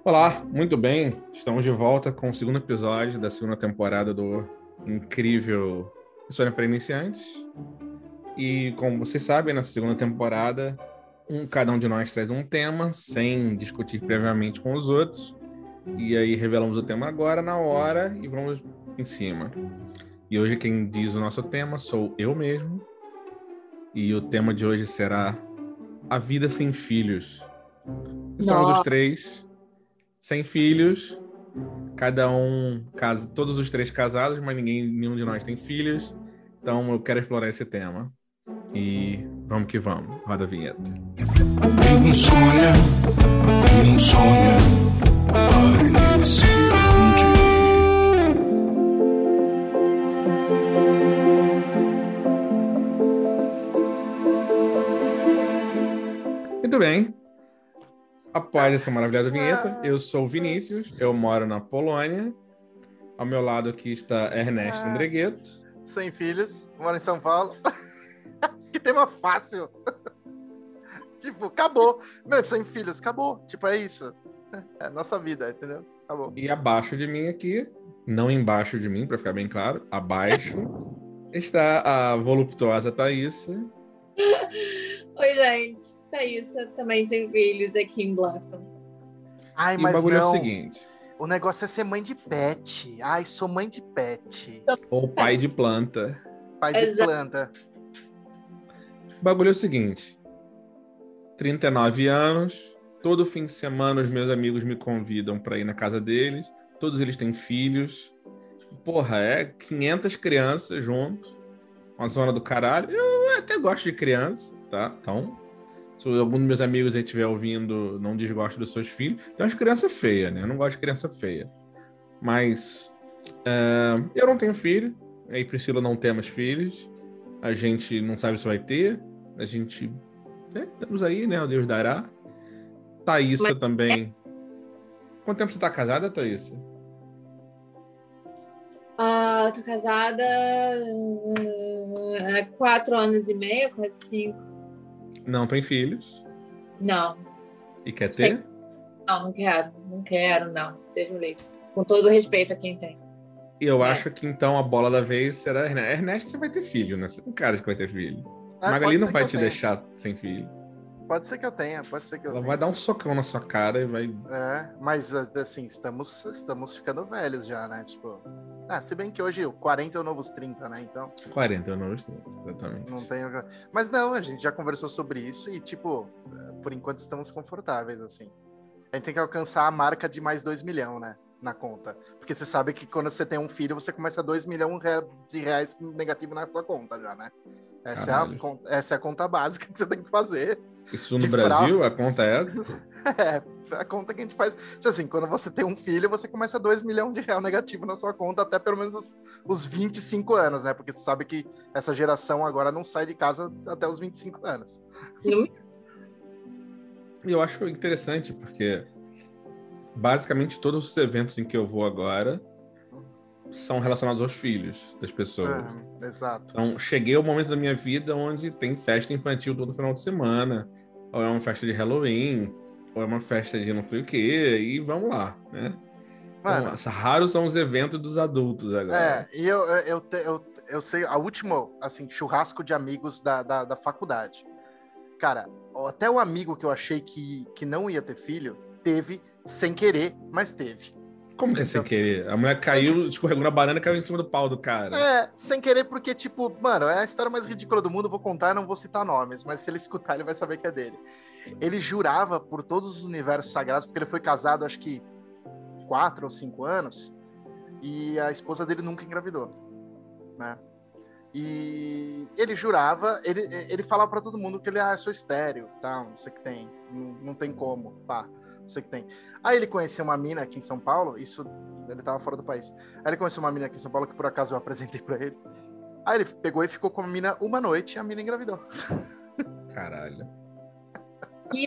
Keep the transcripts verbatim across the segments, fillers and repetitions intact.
Olá, muito bem. Estamos de volta com o segundo episódio da segunda temporada do incrível História para Iniciantes. E como vocês sabem, nessa segunda temporada, um, cada um de nós traz um tema, sem discutir previamente com os outros. E aí revelamos o tema agora, na hora, e vamos em cima. E hoje quem diz o nosso tema sou eu mesmo. E o tema de hoje será A Vida Sem Filhos. E somos os Nossa, três sem filhos. Cada um, casa, todos os três casados, mas ninguém, nenhum de nós tem filhos. Então eu quero explorar esse tema. E vamos que vamos. Roda a vinheta. Um sonho, um sonho para iniciantes. Muito bem. Após essa maravilhosa vinheta, eu sou o Vinícius, eu moro na Polônia. Ao meu lado aqui está Ernesto Andregueto. sem filhos, moro em São Paulo. Que tema fácil. Tipo, acabou. Meu, sem filhos, acabou. Tipo, é isso. É a nossa vida, entendeu? Acabou. E abaixo de mim aqui, não embaixo de mim, para ficar bem claro, abaixo, está a voluptuosa Thaísa. Oi, gente. Thaísa, também sem filhos aqui em Bluffton. Ai, E o mas bagulho é o não. seguinte, O negócio é ser mãe de pet. Ai, sou mãe de pet. ou pai de planta. Pai de Exato. planta. O bagulho é o seguinte, trinta e nove anos, todo fim de semana os meus amigos me convidam para ir na casa deles, todos eles têm filhos, porra, é quinhentas crianças junto, uma zona do caralho. Eu até gosto de criança, tá? Então, se algum dos meus amigos aí estiver ouvindo, não desgosta dos seus filhos, tem umas crianças feias, né? Eu não gosto de criança feia. Mas é, eu não tenho filho, eu e Priscila não temos filhos, a gente não sabe se vai ter, a gente... né, estamos aí, né? O Deus dará. Thaísa Mas- também. Quanto tempo você tá casada, Thaísa? Ah, tô casada há quatro anos e meio, quase cinco. Não tem filhos. Não, E quer Sei. ter? não, não quero. Não quero, não. Deus me livre. Com todo respeito a quem tem. E eu É. acho que então a bola da vez será Ernesto. Ernesto, você vai ter filho, né? Você tem cara de que vai ter filho. Ah, Magali pode não ser vai que eu te tenha. deixar sem filho. Pode ser que eu tenha, pode ser que eu Ela tenha. vai dar um socão na sua cara e vai... É, mas assim, estamos, estamos ficando velhos já, né? Tipo. Ah, se bem que hoje o quarenta é o novo trinta, né? Então. quarenta anos, exatamente. Não tenho. Mas não, a gente já conversou sobre isso e, tipo, por enquanto estamos confortáveis, assim. A gente tem que alcançar a marca de mais dois milhões, né? Na conta. Porque você sabe que quando você tem um filho, você começa a dois milhões de reais negativo na sua conta já, né? Essa é, a, Caralho. con- essa é a conta básica que você tem que fazer. Isso no de Brasil, fraude. a conta é essa? É, a conta que a gente faz. Assim, quando você tem um filho, você começa dois milhões de real negativo na sua conta até pelo menos os, os vinte e cinco anos, né? Porque você sabe que essa geração agora não sai de casa até os vinte e cinco anos. Não- E eu acho interessante porque basicamente todos os eventos em que eu vou agora são relacionados aos filhos das pessoas. Ah, exato. Então, cheguei ao momento da minha vida onde tem festa infantil todo final de semana, ou é uma festa de Halloween, ou é uma festa de não sei o quê, e vamos lá, né? Mano, Então, raros são os eventos dos adultos agora. é, e eu, eu, eu, te- eu, eu sei, a última, assim, churrasco de amigos da, da, da faculdade. Cara, até o amigo que eu achei que, que não ia ter filho, teve sem querer, mas teve. Como que é sem querer? A mulher caiu, escorregou na banana e caiu em cima do pau do cara. É, sem querer, porque, tipo, mano, é a história mais ridícula do mundo, vou contar, não vou citar nomes, mas se ele escutar, ele vai saber que é dele. Ele jurava por todos os universos sagrados, porque ele foi casado, acho que, quatro ou cinco anos, e a esposa dele nunca engravidou, né? E ele jurava, ele, ele falava pra todo mundo que ele, ah, eu sou estéreo, tal, não sei o que tem, não, não tem como, pá, não sei o que tem. Aí ele conheceu uma mina aqui em São Paulo, isso, ele tava fora do país. Aí ele conheceu uma mina aqui em São Paulo, que por acaso eu apresentei pra ele. Aí ele pegou e ficou com a mina uma noite, e a mina engravidou. Caralho.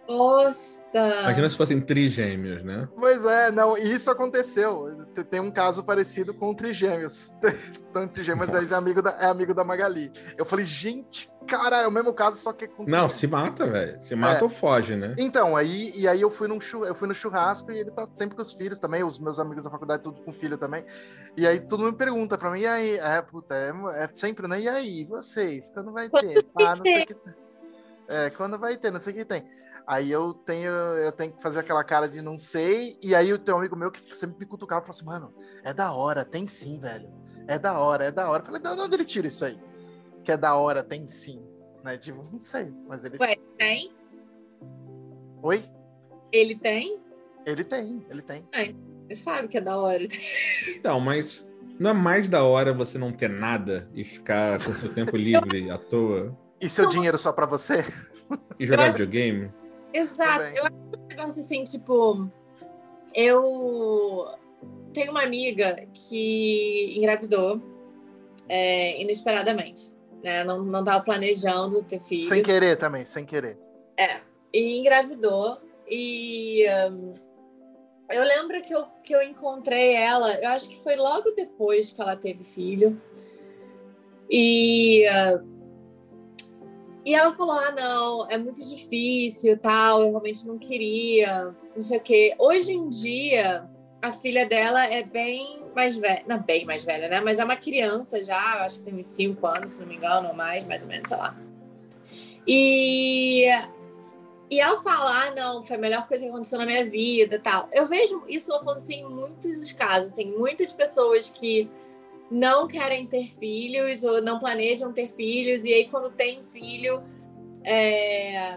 Nossa! Imagina se fossem trigêmeos, né? Pois é, não, isso aconteceu. Te- Tem um caso parecido com trigêmeos. Então, trigêmeos é Nossa. amigo, da, é amigo da Magali. Eu falei, gente, cara, é o mesmo caso, só que com Não, trigêmeos. se mata, velho. Se mata É. ou foge, né? Então, aí, e aí eu fui, num chu, eu fui no churrasco e ele tá sempre com os filhos também, os meus amigos da faculdade, tudo com filho também. E aí todo mundo pergunta pra mim, e aí? É, puta, é, é sempre, né? E aí, vocês? Quando vai ter? Ah, não sei o que tem. É, quando vai ter, não sei o que tem. Aí eu tenho, eu tenho que fazer aquela cara de não sei, e aí o teu amigo meu que sempre me cutucava, falou assim, mano, é da hora, tem sim, velho. É da hora, é da hora. Eu falei, de onde ele tira isso aí? Que é da hora, tem sim. Né? Tipo, não sei, mas ele... Ué, tem? Oi? Ele tem? Ele tem, ele tem. Ele sabe que é da hora. Então, mas não é mais da hora você não ter nada e ficar com seu tempo livre à toa E seu Não. dinheiro só pra você? e jogar Eu acho- videogame? Exato. Também. Eu acho um negócio assim, tipo... Eu tenho uma amiga que engravidou é, inesperadamente. Né? Não, não tava planejando ter filho. Sem querer também, sem querer. É, e engravidou. E hum, eu lembro que eu, que eu encontrei ela, eu acho que foi logo depois que ela teve filho. E, uh, e ela falou: ah, não, é muito difícil, tal, eu realmente não queria, não sei o quê. Hoje em dia, a filha dela é bem mais velha, não, bem mais velha, né? Mas é uma criança já, eu acho que tem uns cinco anos, se não me engano, ou mais, mais ou menos, sei lá. E, e ela fala, ah, não, foi a melhor coisa que aconteceu na minha vida e tal. Eu vejo isso acontecer em muitos casos, assim, muitas pessoas que não querem ter filhos ou não planejam ter filhos, e aí quando tem filho, é...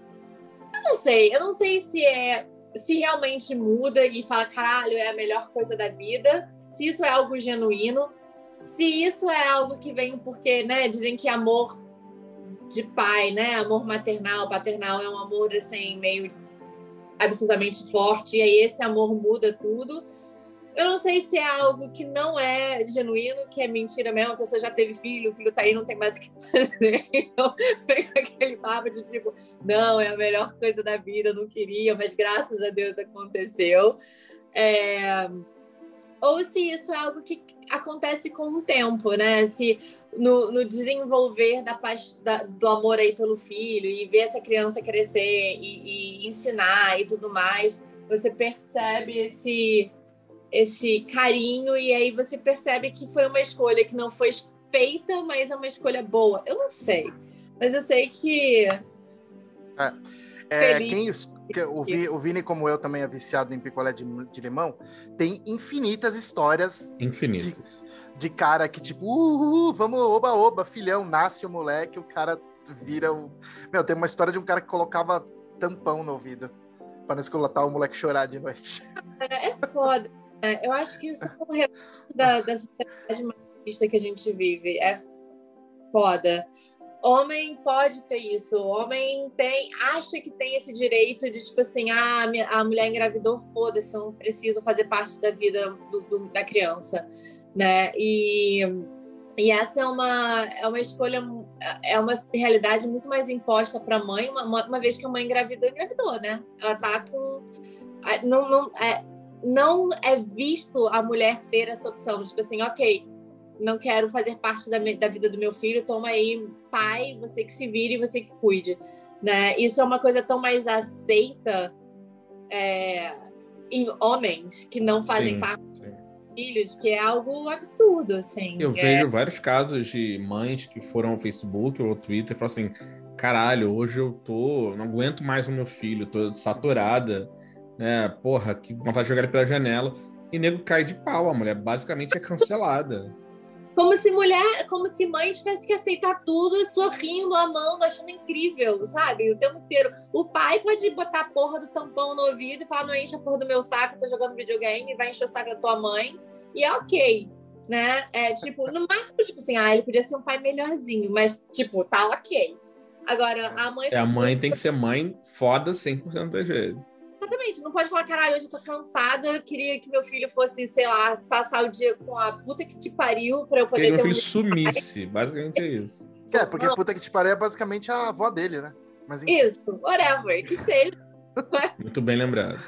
eu não sei, eu não sei se é se realmente muda e fala, caralho, é a melhor coisa da vida, se isso é algo genuíno, se isso é algo que vem porque, né, dizem que amor de pai, né, amor maternal, paternal é um amor, assim, meio absurdamente forte, e aí esse amor muda tudo. Eu não sei se é algo que não é genuíno, que é mentira mesmo, a pessoa já teve filho, o filho tá aí, não tem mais o que fazer. Então, vem com aquele papo de tipo, não, é a melhor coisa da vida, eu não queria, mas graças a Deus aconteceu. É... Ou se isso é algo que acontece com o tempo, né? Se no, no desenvolver da, da, do amor aí pelo filho e ver essa criança crescer e, e ensinar e tudo mais, você percebe esse... esse carinho, e aí você percebe que foi uma escolha que não foi feita, mas é uma escolha boa. Eu não sei, mas eu sei que... É, é, quem, que, o, Vi, o Vini, como eu, também é viciado em picolé de, de limão, tem infinitas histórias Infinitas. de, de cara que tipo, uh, uh, vamos, oba, oba, filhão, nasce o moleque, o cara vira o... Meu, tem uma história de um cara que colocava tampão no ouvido pra não escutar o moleque chorar de noite. É, é foda. Eu acho que isso é um reflexo da, da sociedade machista que a gente vive. É foda. Homem pode ter isso. Homem tem, acha que tem esse direito de, tipo assim, ah, a mulher engravidou, foda-se, eu não preciso fazer parte da vida do, do, da criança, né? E, e essa é uma, é uma escolha, é uma realidade muito mais imposta para a mãe, uma, uma vez que a mãe engravidou, engravidou, né? Ela tá com... Não, não, é, não é visto a mulher ter essa opção, tipo assim, ok, não quero fazer parte da, da vida do meu filho, toma aí, pai, você que se vire, você que cuide, né? Isso é uma coisa tão mais aceita é, em homens que não fazem Sim, parte sim. dos filhos, que é algo absurdo, assim. Eu é... vejo vários casos de mães que foram ao Facebook ou ao Twitter e falam assim, caralho, hoje eu tô, não aguento mais o meu filho, tô saturada, né? Porra, que vontade de jogar ele pela janela. E nego cai de pau, a mulher basicamente é cancelada. Como se mulher, como se mãe tivesse que aceitar tudo, sorrindo, amando, achando incrível, sabe? O tempo inteiro. O pai pode botar a porra do tampão no ouvido e falar, não enche a porra do meu saco, eu tô jogando videogame, vai encher o saco da tua mãe. E é ok, né? É tipo, no máximo, tipo assim, ah, ele podia ser um pai melhorzinho, mas, tipo, tá ok. Agora, a mãe... É, a mãe tem que ser mãe foda cem por cento das vezes. Exatamente, não pode falar, caralho, hoje eu tô cansada, eu queria que meu filho fosse, sei lá, passar o dia com a puta que te pariu pra eu poder Queria que ter meu um... filho sumisse, basicamente é isso. É, porque a puta que te pariu é basicamente a avó dele, né? Mas, enfim. Isso, whatever, que seja. Muito bem lembrado.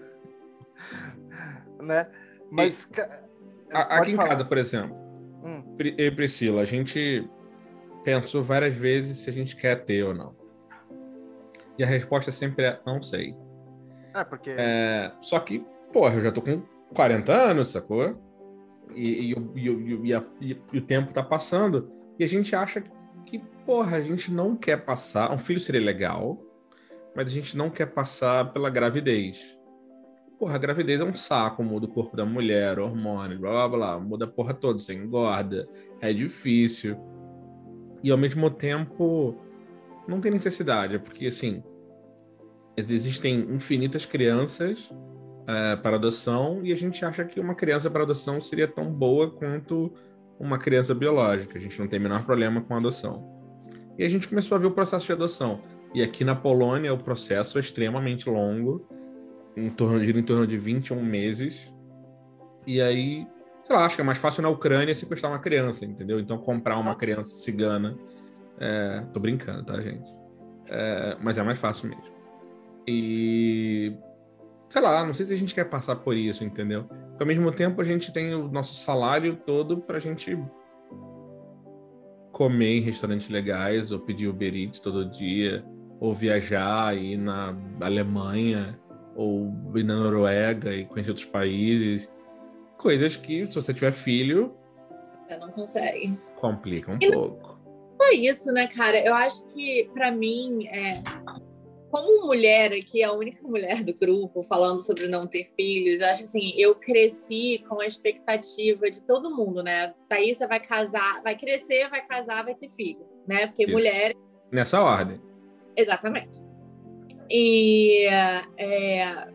Né? Mas... A, aqui em casa, por exemplo, hum. eu e Priscila, a gente pensou várias vezes se a gente quer ter ou não. E a resposta sempre é, não sei. É, porque... É, só que, porra, eu já tô com quarenta anos, sacou? E, e, e, e, e, a, e, e o tempo tá passando. E a gente acha que, porra, a gente não quer passar... Um filho seria legal, mas a gente não quer passar pela gravidez. Porra, a gravidez é um saco, muda o corpo da mulher, hormônio, blá, blá, blá, muda a porra toda, você engorda, é difícil. E, ao mesmo tempo, não tem necessidade, porque, assim, existem infinitas crianças é, para adoção e a gente acha que uma criança para adoção seria tão boa quanto uma criança biológica. A gente não tem o menor problema com a adoção. E a gente começou a ver o processo de adoção. E aqui na Polônia o processo é extremamente longo, em torno, gira em torno de vinte e um meses. E aí, sei lá, acho que é mais fácil na Ucrânia sequestrar uma criança, entendeu? Então comprar uma criança cigana... É, tô brincando, tá, gente? É, mas é mais fácil mesmo. E... sei lá, não sei se a gente quer passar por isso, entendeu? Porque ao mesmo tempo a gente tem o nosso salário todo pra gente comer em restaurantes legais, ou pedir Uber Eats todo dia, ou viajar e ir na Alemanha, ou ir na Noruega e conhecer outros países. Coisas que, se você tiver filho... Você não consegue. Complica um e pouco. Não é isso, né, cara? Eu acho que, pra mim, é... como mulher aqui, a única mulher do grupo falando sobre não ter filhos, eu acho que assim, eu cresci com a expectativa de todo mundo, né? Thaísa vai casar, vai crescer, vai casar, vai ter filho, né? Porque Isso. mulher... Nessa ordem. Exatamente. E, é...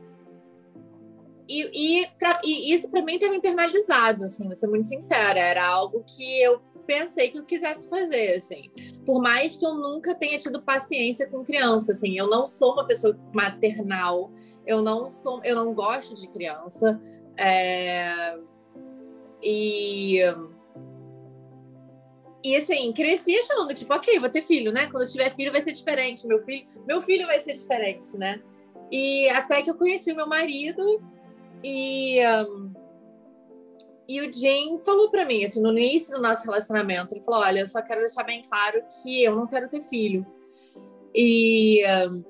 e, e, pra... e isso pra mim estava internalizado, assim, vou ser muito sincera. Era algo que eu pensei que eu quisesse fazer, assim. Por mais que eu nunca tenha tido paciência com criança, assim. Eu não sou uma pessoa maternal. Eu não sou... Eu não gosto de criança. É... E... E, assim, cresci achando, tipo, ok, vou ter filho, né? Quando eu tiver filho vai ser diferente. Meu filho, meu filho vai ser diferente, né? E até que eu conheci o meu marido e... Um... E o Jim falou pra mim, assim, no início do nosso relacionamento, ele falou, olha, eu só quero deixar bem claro que eu não quero ter filho. E,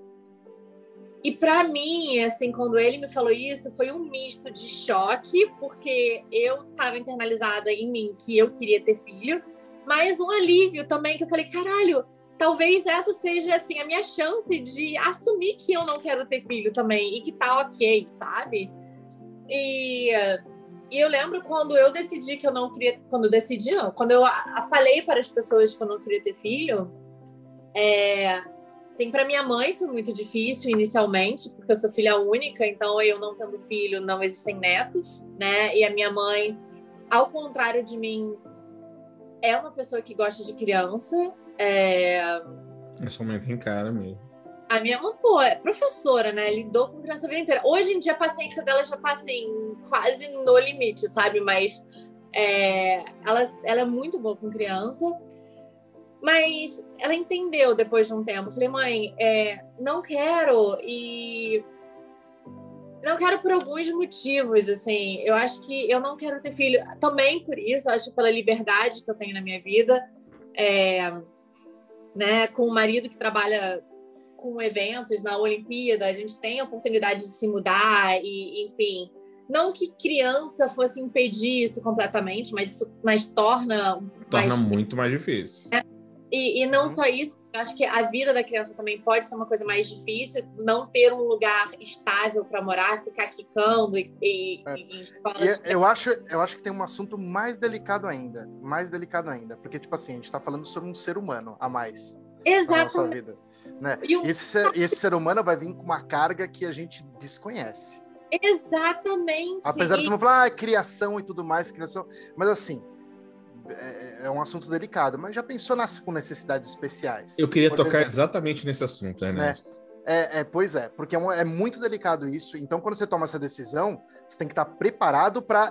e pra mim, assim, quando ele me falou isso, foi um misto de choque, porque eu tava internalizada em mim que eu queria ter filho, mas um alívio também, que eu falei, caralho, talvez essa seja, assim, a minha chance de assumir que eu não quero ter filho também, e que tá ok, sabe? E... E eu lembro quando eu decidi que eu não queria... Quando eu decidi, não. Quando eu a, falei para as pessoas que eu não queria ter filho, é, assim, para minha mãe foi muito difícil inicialmente, porque eu sou filha única, então eu não tendo filho, não existem netos, né? E a minha mãe, ao contrário de mim, é uma pessoa que gosta de criança. É... A sua mãe tem cara mesmo. A minha mãe, pô, é professora, né? Lidou com criança a vida inteira. Hoje em dia, a paciência dela já tá, assim, quase no limite, sabe? Mas é, ela, ela é muito boa com criança. Mas ela entendeu depois de um tempo. Eu falei, mãe, é, não quero e... Não quero por alguns motivos, assim. Eu acho que eu não quero ter filho. Também por isso, eu acho pela liberdade que eu tenho na minha vida. É, né? Com um marido que trabalha... com eventos na Olimpíada, a gente tem a oportunidade de se mudar e, enfim, não que criança fosse impedir isso completamente, mas isso mas torna torna mais muito mais difícil. Né? E, e não só isso, eu acho que a vida da criança também pode ser uma coisa mais difícil, não ter um lugar estável para morar, ficar quicando e, e, é. e em escolas. E eu acho, eu acho que tem um assunto mais delicado ainda, mais delicado ainda, porque tipo assim, a gente está falando sobre um ser humano a mais na nossa vida. Né? E o... esse, ser, esse ser humano vai vir com uma carga que a gente desconhece. Exatamente. Apesar de todo mundo falar, ah, criação e tudo mais, criação. Mas assim, é, é um assunto delicado. Mas já pensou nas, com necessidades especiais? Eu queria Por tocar exemplo, exatamente nesse assunto, Ernesto. Né? É, é, pois é, porque é, um, é muito delicado isso. Então, quando você toma essa decisão, você tem que estar preparado para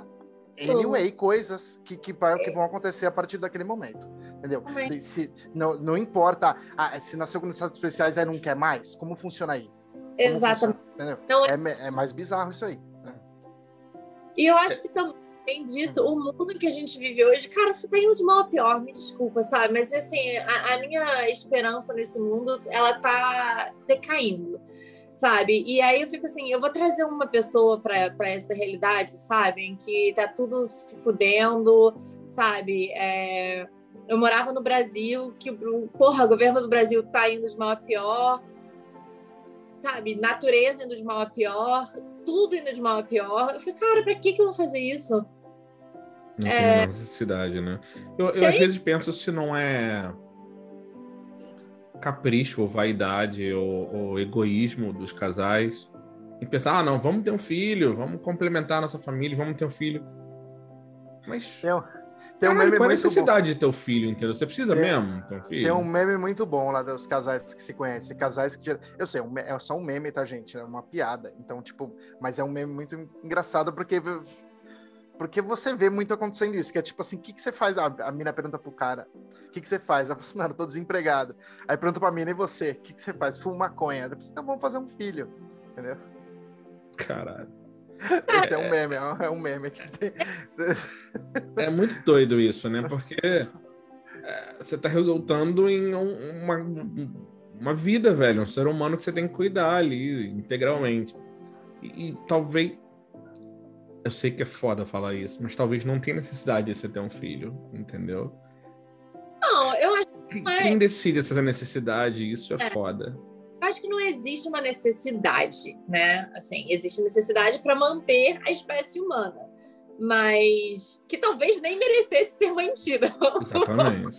anyway, coisas que, que, vai- que vão acontecer a partir daquele momento, entendeu? Também. Se, não, não importa ah, se nasceu com necessidades especiais aí não quer mais, como funciona aí? Como Exatamente. funciona, entendeu? Não, É, me- é mais bizarro isso aí. Né? E eu acho que também disso, o mundo que a gente vive hoje, cara, isso tá indo de mal a pior, me desculpa, sabe? Mas assim, a, a minha esperança nesse mundo, ela tá decaindo, sabe? E aí eu fico assim, eu vou trazer uma pessoa pra, pra essa realidade, sabe? Em que tá tudo se fudendo, sabe? É, eu morava no Brasil, que o porra, o governo do Brasil tá indo de mal a pior, sabe? Natureza indo de mal a pior, tudo indo de mal a pior. Eu falei, cara, pra que que eu vou fazer isso? Não tem a menor necessidade, né? Eu, eu às vezes penso se não é capricho ou vaidade ou, ou egoísmo dos casais em pensar, ah, não, vamos ter um filho, vamos complementar a nossa família, vamos ter um filho. Mas, Tem um, tem um caralho, meme qual é a muito bom. necessidade de ter um filho, entendeu? Você precisa Tem- mesmo ter um filho? Tem um meme muito bom lá dos casais que se conhecem. Casais que. Eu sei, um me- é só um meme, tá, gente? É uma piada. Então, tipo, mas é um meme muito engraçado porque. Porque você vê muito acontecendo isso, que é tipo assim, o que, que você faz? A, a mina pergunta pro cara, o que, que você faz? Ela fala assim, mano, tô desempregado. Aí pergunta pra mina, e você? O que, que você faz? Fumo maconha. Ela fala assim, então vamos fazer um filho. Entendeu? Caralho. Esse é um meme, é um- é um meme que tem. É muito doido isso, né? Porque é, você tá resultando em um- uma, uma vida, velho. Um ser humano que você tem que cuidar ali integralmente. E, e talvez... Eu sei que é foda falar isso, mas talvez não tenha necessidade de você ter um filho, entendeu? Não, eu acho, Quem, Mas- quem decide essa necessidade, isso é, É. foda. eu acho que não existe uma necessidade, né? Assim, existe necessidade para manter a espécie humana, mas que talvez nem merecesse ser mantida. Exatamente.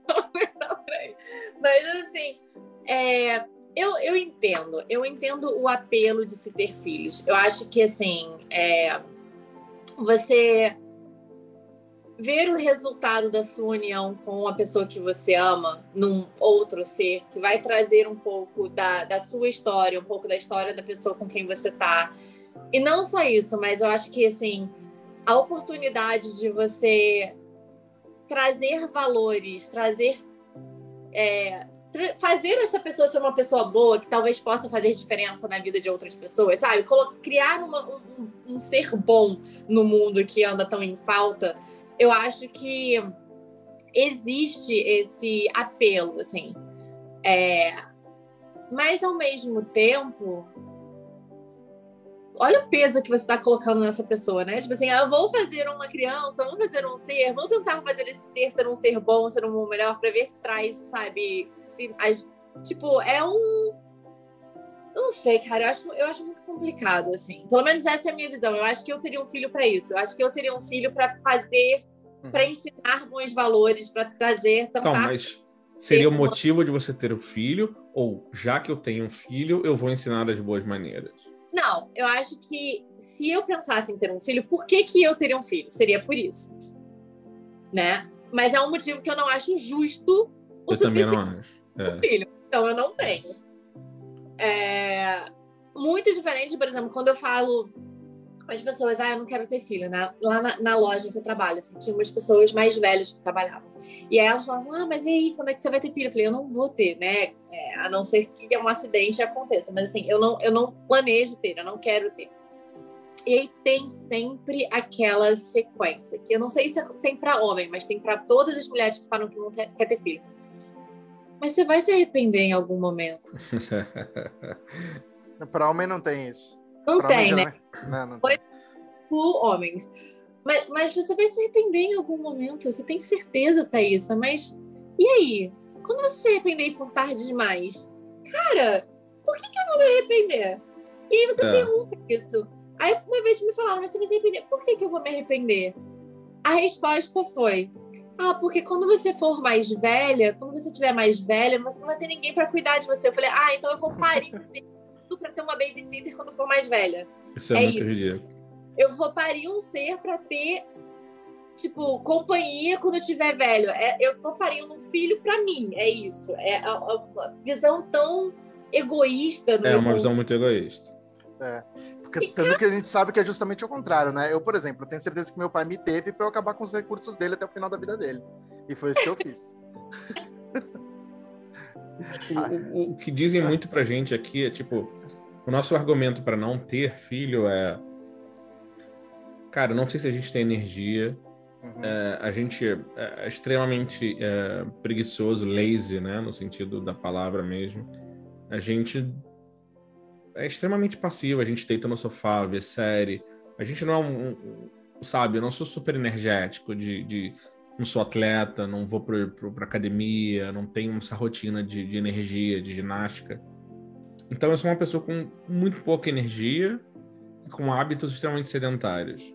Mas assim, é, eu, eu entendo, eu entendo o apelo de se ter filhos. Eu acho que assim, é, você ver o resultado da sua união com a pessoa que você ama num outro ser, que vai trazer um pouco da, da sua história, um pouco da história da pessoa com quem você tá. E não só isso, mas eu acho que assim, a oportunidade de você trazer valores, trazer é, tra- fazer essa pessoa ser uma pessoa boa, que talvez possa fazer diferença na vida de outras pessoas, sabe? Colo- Criar uma- um, um ser bom no mundo que anda tão em falta, eu acho que existe esse apelo, assim. É, mas, ao mesmo tempo, olha o peso que você está colocando nessa pessoa, né? Tipo assim, ah, eu vou fazer uma criança, vou fazer um ser, vou tentar fazer esse ser ser um ser bom, ser um melhor, para ver se traz, sabe? Se, as- tipo, é um... Eu não sei, cara, eu acho, eu acho muito complicado, assim. Pelo menos essa é a minha visão. Eu acho que eu teria um filho para isso. Eu acho que eu teria um filho para fazer, para ensinar bons valores, para trazer, tentar... Então, mas seria o ter uma- motivo de você ter um filho? Ou, já que eu tenho um filho, eu vou ensinar as boas maneiras? Não, eu acho que se eu pensasse em ter um filho, por que que eu teria um filho? Seria por isso, né? Mas é um motivo que eu não acho justo o Eu também suficiente não acho. É. filho. Então eu não tenho. É muito diferente, por exemplo, quando eu falo com as pessoas, ah, eu não quero ter filho, né? Lá na, na loja que eu trabalho, assim, tinha umas pessoas mais velhas que trabalhavam. E aí elas falavam, ah, mas e aí, quando é que você vai ter filho? Eu falei, eu não vou ter, né? É, a não ser que um acidente aconteça. Mas assim, eu não, eu não planejo ter, eu não quero ter. E aí tem sempre aquela sequência, que eu não sei se tem para homem, mas tem para todas as mulheres que falam que não quer, quer ter filho. Mas você vai se arrepender em algum momento. Para homem não tem isso. Não Pra tem, homem, né? geralmente- Não, não Foi- tem. Por homens. Mas, mas você vai se arrepender em algum momento. Você tem certeza, Thaísa. Mas e aí? Quando você se arrepender e for tarde demais? Cara, por que, que eu vou me arrepender? E aí você É. pergunta isso. Aí uma vez me falaram, mas você vai se arrepender. Por que, que eu vou me arrepender? A resposta foi, ah, porque quando você for mais velha, quando você tiver mais velha, você não vai ter ninguém pra cuidar de você. Eu falei, ah, então eu vou parir um ser pra ter uma babysitter quando for mais velha. Isso é, É muito isso. ridículo. Eu vou parir um ser pra ter, tipo, companhia quando eu tiver velho. É, eu tô parindo um filho pra mim, é isso. É a, a- a visão tão egoísta do É meu uma ponto. visão muito egoísta. É. Porque tanto que a gente sabe que é justamente o contrário, né? Eu, por exemplo, eu tenho certeza que meu pai me teve pra eu acabar com os recursos dele até o final da vida dele. E foi isso que eu fiz. O, o, o que dizem muito pra gente aqui é, tipo, o nosso argumento pra não ter filho é... Cara, não sei se a gente tem energia. Uhum. É, a gente é extremamente é, preguiçoso, lazy, né? No sentido da palavra mesmo. A gente é extremamente passivo. A gente deita no sofá, vê série. A gente não é um... um sabe, eu não sou super energético de... de não sou atleta, não vou para pra academia, não tenho essa rotina de, de energia, de ginástica. Então eu sou uma pessoa com muito pouca energia e com hábitos extremamente sedentários.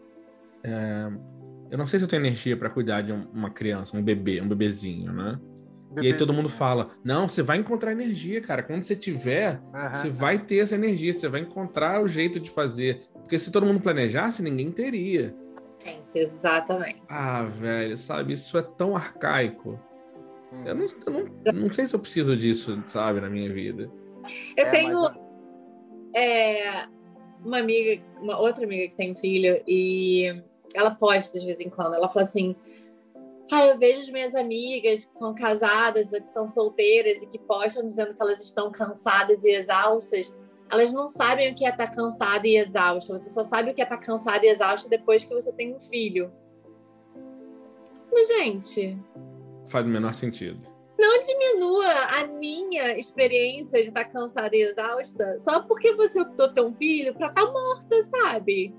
É, eu não sei se eu tenho energia para cuidar de uma criança, um bebê, um bebezinho, né? Bebezinho. E aí todo mundo fala, não, você vai encontrar energia, cara. Quando você tiver, uhum. você vai ter essa energia, você vai encontrar o jeito de fazer. Porque se todo mundo planejasse, ninguém teria. Exatamente. Ah, velho, sabe? Isso é tão arcaico. Hum. Eu, não, eu não, não sei se eu preciso disso, sabe, na minha vida. Eu é, tenho mas... é, uma amiga, uma outra amiga que tem filho, e ela posta de vez em quando. Ela fala assim: ah, eu vejo as minhas amigas que são casadas ou que são solteiras e que postam dizendo que elas estão cansadas e exaustas. Elas não sabem o que é estar cansada e exausta. Você só sabe o que é estar cansada e exausta depois que você tem um filho. Mas, gente... Faz o menor sentido. Não diminua a minha experiência de estar cansada e exausta só porque você optou ter um filho pra estar morta, sabe?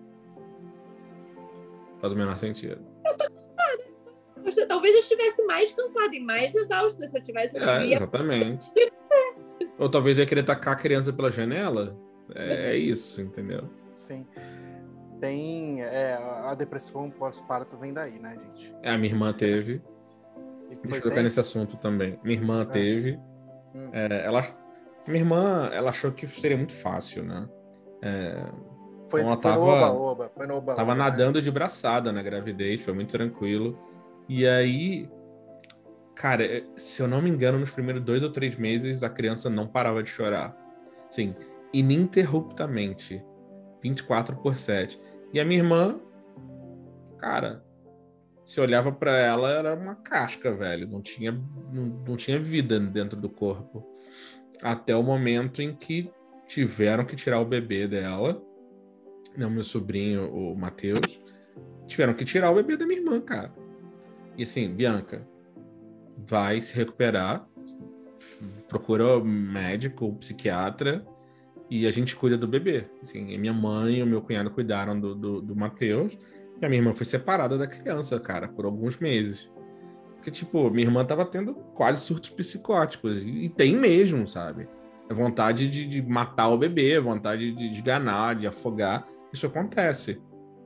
Faz o menor sentido. Eu tô cansada. Talvez eu estivesse mais cansada e mais exausta se eu tivesse um é, filho. Exatamente. Ou talvez eu ia querer tacar a criança pela janela. É, é isso, entendeu? Sim. Tem... É, a depressão pós-parto vem daí, né, gente? É, a minha irmã teve. Deixa eu tocar nesse assunto também. Minha irmã é. teve. Hum. É, ela, minha irmã, ela achou que seria muito fácil, né? É, foi, então ela foi tava, no oba-oba. Foi no oba-oba. Tava nadando, né? De braçada na gravidez, foi muito tranquilo. E aí... Cara, se eu não me engano, nos primeiros dois ou três meses, a criança não parava de chorar. Sim, ininterruptamente. vinte e quatro por sete. E a minha irmã, cara, se olhava pra ela, era uma casca, velho. Não tinha, não, não tinha vida dentro do corpo. Até o momento em que tiveram que tirar o bebê dela. Não, meu sobrinho, o Matheus. Tiveram que tirar o bebê da minha irmã, cara. E assim, Bianca... vai se recuperar, procura médico, psiquiatra, e a gente cuida do bebê. Assim, minha mãe e o meu cunhado cuidaram do, do, do Matheus, e a minha irmã foi separada da criança, cara, por alguns meses. Porque, tipo, minha irmã tava tendo quase surtos psicóticos, e, e tem mesmo, sabe? A vontade de, de matar o bebê, a vontade de esganar, de afogar, isso acontece.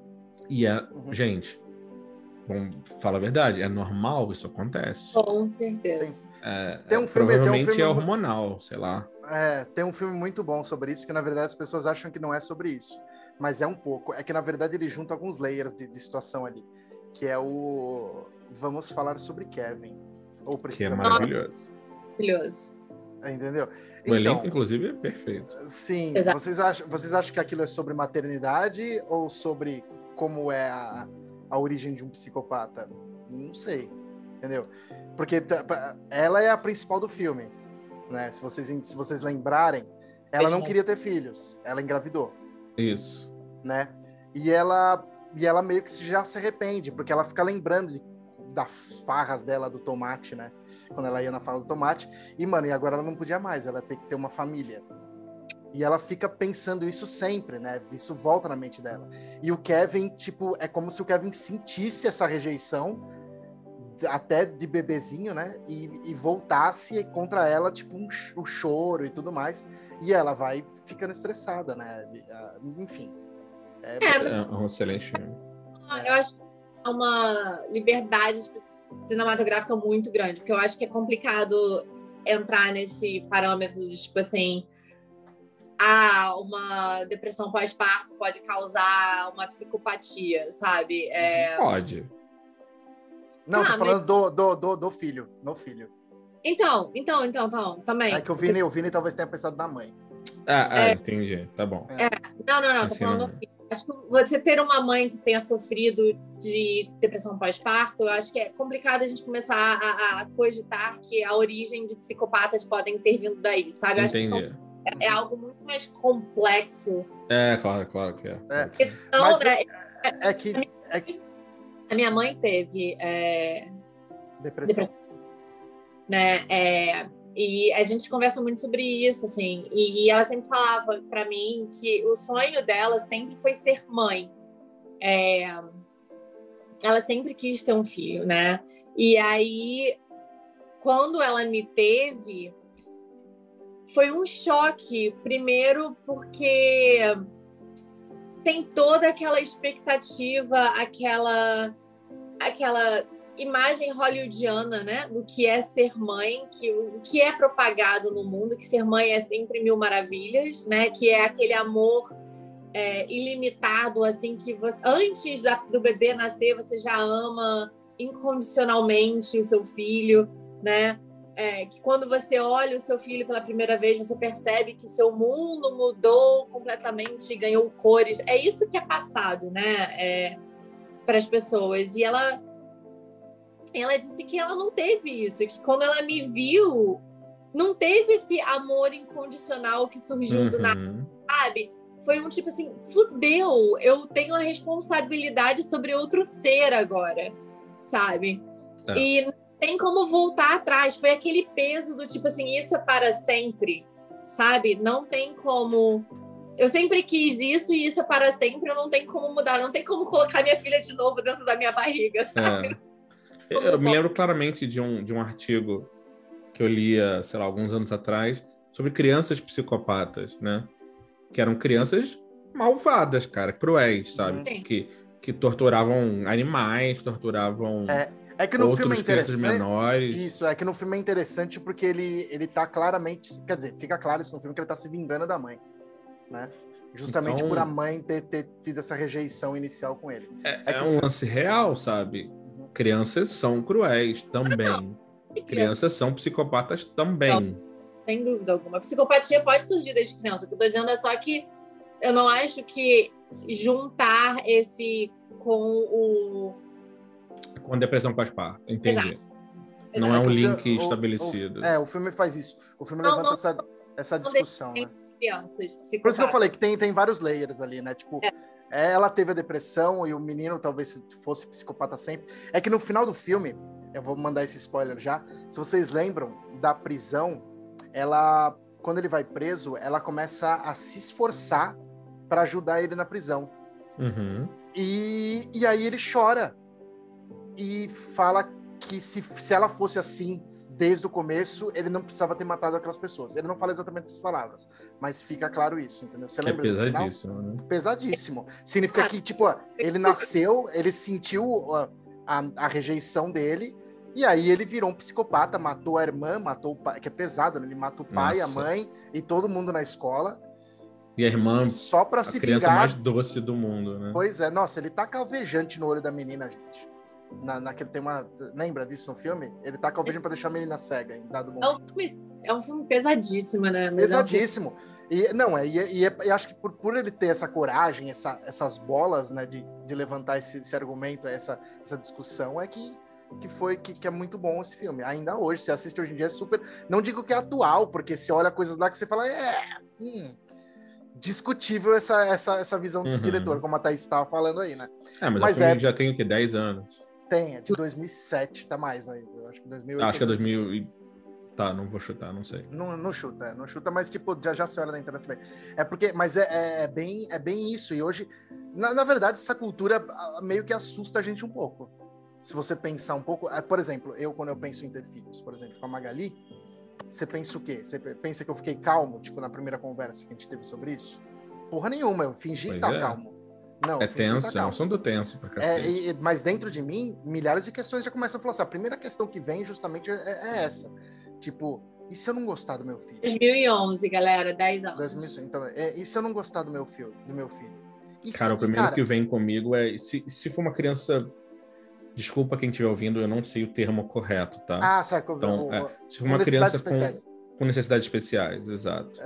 E é, uhum. gente... Bom, fala a verdade, é normal, isso acontece. Com certeza. É, tem um é, filme, provavelmente tem um filme, é hormonal, sei lá. É, tem um filme muito bom sobre isso, que na verdade as pessoas acham que não é sobre isso. Mas é um pouco. É que na verdade ele junta alguns layers de, de situação ali. Que é o... Vamos falar sobre Kevin. Ou que é maravilhoso. Maravilhoso. Entendeu? O então, elenco, inclusive, é perfeito. Sim. Vocês acham, vocês acham que aquilo é sobre maternidade ou sobre como é a... a origem de um psicopata? Não sei, entendeu? Porque ela é a principal do filme, né? Se vocês, se vocês lembrarem, ela não queria ter filhos, ela engravidou. Isso. Né? E ela, e ela meio que já se arrepende, porque ela fica lembrando de, das farras dela do tomate, né? Quando ela ia na farra do tomate. E, mano, e agora ela não podia mais, ela tem que ter uma família. E ela fica pensando isso sempre, né? Isso volta na mente dela. E o Kevin, tipo, é como se o Kevin sentisse essa rejeição, até de bebezinho, né? E, e voltasse contra ela, tipo, um, um choro e tudo mais. E ela vai ficando estressada, né? Enfim. É, é, é um excelente filme. Eu acho que é uma liberdade cinematográfica muito grande, porque eu acho que é complicado entrar nesse parâmetro de, tipo assim... ah, uma depressão pós-parto pode causar uma psicopatia, sabe? É... Pode. Não, ah, tô falando mas... do, do, do, do filho, no filho. Então, então, então, então, também. É que o Vini, o Vini talvez tenha pensado na mãe. Ah, ah É. entendi. Tá bom. Não, não, não, tô Assim, falando. não- Acho que você ter uma mãe que tenha sofrido de depressão pós-parto, eu acho que é complicado a gente começar a, a cogitar que a origem de psicopatas podem ter vindo daí, sabe? Eu acho que são- Entendi. é algo muito mais complexo. É, claro, claro que é. É. Porque senão, Mas né, É que é que- a minha mãe teve é, depressão. depressão, né? É, e a gente conversa muito sobre isso, assim. E, e ela sempre falava pra mim que o sonho dela sempre foi ser mãe. É, ela sempre quis ter um filho, né? E aí, quando ela me teve, foi um choque. Primeiro, porque tem toda aquela expectativa, aquela, aquela imagem hollywoodiana, né? Do que é ser mãe, que o que é propagado no mundo, que ser mãe é sempre mil maravilhas, né? Que é aquele amor é, ilimitado, assim, que você, antes da, do bebê nascer, você já ama incondicionalmente o seu filho, né? É, que quando você olha o seu filho pela primeira vez, você percebe que seu mundo mudou completamente, ganhou cores. É isso que é passado, né? É, para as pessoas. E ela, ela disse que ela não teve isso, que quando ela me viu, não teve esse amor incondicional que surgiu do nada, Uhum. sabe? Foi um tipo assim, fudeu, eu tenho a responsabilidade sobre outro ser agora, sabe? É. E não tem como voltar atrás. Foi aquele peso do tipo assim, isso é para sempre, sabe? Não tem como... Eu sempre quis isso e isso é para sempre, não tem como mudar, não tem como colocar minha filha de novo dentro da minha barriga, sabe? É. Eu, eu me lembro claramente de um, de um artigo que eu lia, sei lá, alguns anos atrás, sobre crianças psicopatas, né? Que eram crianças malvadas, cara, cruéis, sabe? Sim. Que, que torturavam animais, torturavam É, é que no filme é outras crianças interessante. menores. Isso, é que no filme é interessante porque ele, ele tá claramente. Quer dizer, fica claro isso no filme que ele tá se vingando da mãe, né? Justamente Então- por a mãe ter, ter tido essa rejeição inicial com ele. É, É é que o um filme- lance real, sabe? Uhum. Crianças são cruéis também. Crianças são psicopatas também. Sem dúvida alguma. A psicopatia pode surgir desde criança. O que eu tô dizendo é só que eu não acho que juntar esse com o... Com depressão pós-parto, entendi. Exato. Não é É um que o fi- link o- estabelecido. o- é, o filme faz isso. O filme Não, levanta não, essa, essa não discussão, tem- né? crianças Por isso que eu psicopatas. falei que tem, tem vários layers ali, né? Tipo, ela teve a depressão e o menino talvez fosse psicopata sempre. É que no final do filme, eu vou mandar esse spoiler já, se vocês lembram da prisão, ela, quando ele vai preso, ela começa a se esforçar para ajudar ele na prisão. Uhum. E, e aí ele chora e fala que se, se ela fosse assim desde o começo, ele não precisava ter matado aquelas pessoas. Ele não fala exatamente essas palavras, mas fica claro isso, entendeu? Você Que é lembra desse final? pesadíssimo, né? Pesadíssimo. Significa que, tipo, ó, ele nasceu, ele sentiu ó, a, a rejeição dele, e aí ele virou um psicopata, matou a irmã, matou o pai, que é pesado, né? Ele mata o pai, Nossa. a mãe e todo mundo na escola, E a irmã, só pra a se criança vingar. mais doce do mundo, né? Pois é, nossa, ele taca alvejante no olho da menina, gente. Na, naquele tem uma. Lembra disso no filme? Ele taca alvejante pra deixar a menina cega em dado É um momento. filme, é um filme pesadíssimo, né? Mas é um filme- Pesadíssimo. E, não, é, e, e, e acho que por, por ele ter essa coragem, essa, essas bolas, né, de, de levantar esse, esse argumento, essa, essa discussão, é que, que foi que, que é muito bom esse filme. Ainda hoje, você assiste hoje em dia, é super. Não digo que é atual, porque você olha coisas lá que você fala, é. Hum, discutível essa, essa, essa visão desse Uhum. diretor, como a Thaís estava falando aí, né? É, mas, Mas o filme é- já tem o quê? dez anos? Tem, é de dois mil e sete, tá mais ainda. Eu acho que dois mil e oito. Ah, acho que é dois mil e... Tá, não vou chutar, não sei. Não, não chuta, é, não chuta, mas tipo, já, já se olha na internet bem. É porque, mas é, é, é bem, é bem isso. E hoje, na, na verdade, essa cultura ah, meio que assusta a gente um pouco. Se você pensar um pouco, é, por exemplo, eu quando eu penso em ter filhos, por exemplo, com a Magali, você pensa o quê? Você pensa que eu fiquei calmo, tipo, na primeira conversa que a gente teve sobre isso? Porra nenhuma, eu fingi Pois estar é. calmo. Não, É eu fingi estar tenso, é um calmo. assunto tenso pra É, cacete. e- mas dentro de mim, milhares de questões já começam a falar assim. A primeira questão que vem justamente é, é essa. Tipo, e se eu não gostar do meu filho? dois mil e onze, galera, dez anos. dois mil e cinco, então, é, e se eu não gostar do meu filho? Do meu filho? E Cara, se, o primeiro cara, que vem comigo é... Se, se for uma criança... Desculpa quem estiver ouvindo, eu não sei o termo correto, tá? Ah, sabe? Então, o- é, o- se for uma necessidades criança com, especiais. com necessidades especiais, exato. Exato.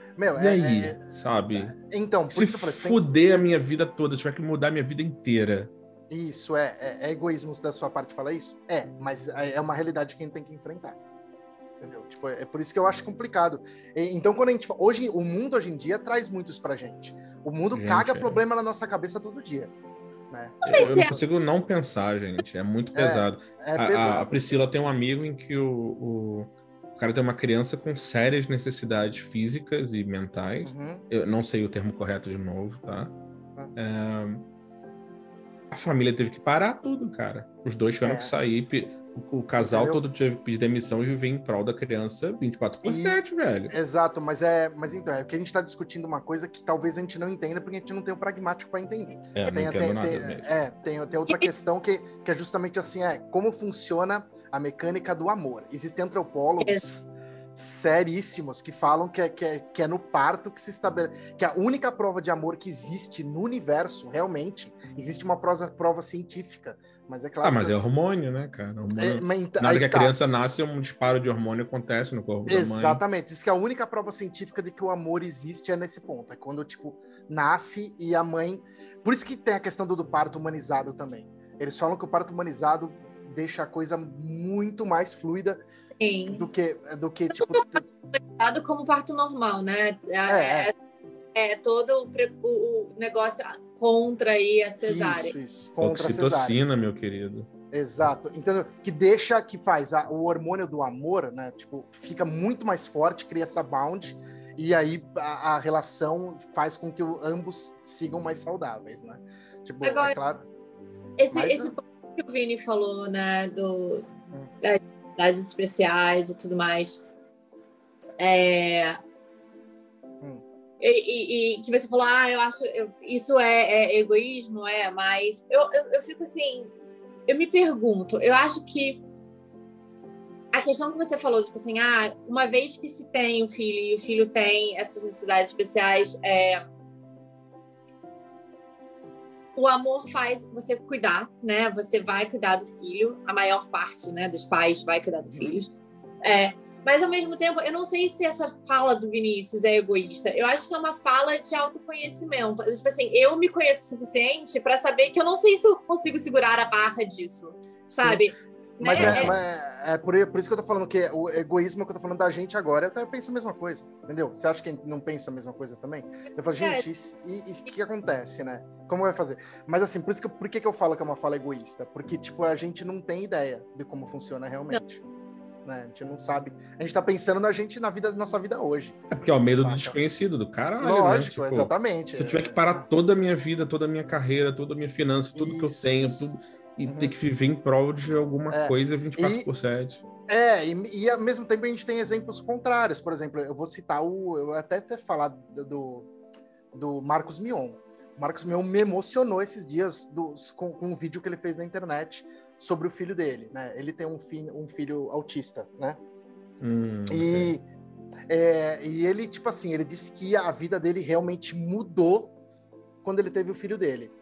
Meu, E é, aí, é- sabe? Então, por Se isso que eu falei, você tem- fuder a você- minha vida toda, se tiver que mudar a minha vida inteira. Isso, é, é, é egoísmo da sua parte falar isso? É, mas é é uma realidade que a gente tem que enfrentar. Entendeu? Tipo, é é por isso que eu acho complicado. E- então, quando a gente. fa- Hoje, o mundo hoje em dia traz muitos pra gente. O mundo Gente, caga é. problema na nossa cabeça todo dia. Né? Não sei Eu, eu se não é- consigo não pensar, gente. É muito É, pesado. é A, a- a pesado. Priscila tem um amigo em que o, o, o cara tem uma criança com sérias necessidades físicas e mentais. Uhum. Eu não sei o termo correto de novo, tá? Ah. É, a família teve que parar tudo, cara. Os dois tiveram É. que sair. pe- O, o casal Entendeu? todo teve que pedir demissão e viver em prol da criança vinte e quatro por sete, velho. Exato, mas é, mas então, é que a gente está discutindo uma coisa que talvez a gente não entenda porque a gente não tem o pragmático para entender. É, não Tem, entendo tem, nada tem- mesmo. é, tem, tem outra questão que, que é justamente assim, é como funciona a mecânica do amor. Existem antropólogos seríssimos que falam que é, que é, que é no parto que se estabelece, que a única prova de amor que existe no universo, realmente, existe uma prova, prova científica, mas é claro Ah, mas que... é hormônio, né, cara? Hormônio... é, mas então- Na hora aí que a tá. criança nasce, um disparo de hormônio acontece no corpo da mãe. Exatamente. Diz que a única prova científica de que o amor existe é nesse ponto. É quando, tipo, nasce e a mãe... Por isso que tem a questão do, do parto humanizado também. Eles falam que o parto humanizado deixa a coisa muito mais fluida Sim. do que, do que tipo... Dado como parto normal, né? É, É, é. é todo o, pre- o- o negócio contra aí a cesárea. Isso, isso. Contra a cesárea. Oxitocina, meu querido. Exato. Então, que deixa, que faz a- o hormônio do amor, né? Tipo, fica muito mais forte, cria essa bound, e aí a, a relação faz com que o- ambos sigam mais saudáveis, né? Tipo, Agora- é claro. Esse, Mas, esse né? ponto que o Vini falou, né? Do, das atividades especiais e tudo mais. É, Hum. e, e- e que você falou, ah, eu acho eu- isso é, é egoísmo, é, mas eu, eu, eu fico assim, eu me pergunto, eu acho que a questão que você falou, tipo assim, ah, uma vez que se tem o filho e o filho tem essas necessidades especiais, é, o amor faz você cuidar, né? Você vai cuidar do filho, a maior parte, né, dos pais vai cuidar dos filhos. É, mas, ao mesmo tempo, eu não sei se essa fala do Vinícius é egoísta. Eu acho que é uma fala de autoconhecimento. Tipo assim, eu me conheço o suficiente para saber que eu não sei se eu consigo segurar a barra disso, sabe? Mas, Né? é, mas é por, por isso que eu tô falando que o egoísmo que eu tô falando da gente agora, eu, eu penso a mesma coisa, entendeu? Você acha que a gente não pensa a mesma coisa também? Eu falo, gente, isso- e e o que, que acontece, né? Como vai fazer? Mas assim, por isso que eu- por que, que eu falo que é uma fala egoísta? Porque, tipo, a gente não tem ideia de como funciona realmente. Né? A gente não sabe. A gente tá pensando na gente, na vida, nossa vida hoje. É porque é o medo Saca. do desconhecido, do caralho, Lógico, né? Tipo, exatamente. se eu tiver que parar toda a minha vida, toda a minha carreira, toda a minha finança, tudo que eu Isso, tenho, isso. tudo, e Uhum. ter que viver em prol de alguma É, coisa vinte e quatro e- por sete. É, e, e ao mesmo tempo a gente tem exemplos contrários. Por exemplo, eu vou citar o. Eu até ter falado do, do, do Marcos Mion. O Marcos Mion me emocionou esses dias dos, com, com um vídeo que ele fez na internet sobre o filho dele, né? Ele tem um, fi, um filho autista, né? Hum, E, é, e ele, tipo assim, ele disse que a vida dele realmente mudou quando ele teve o filho dele.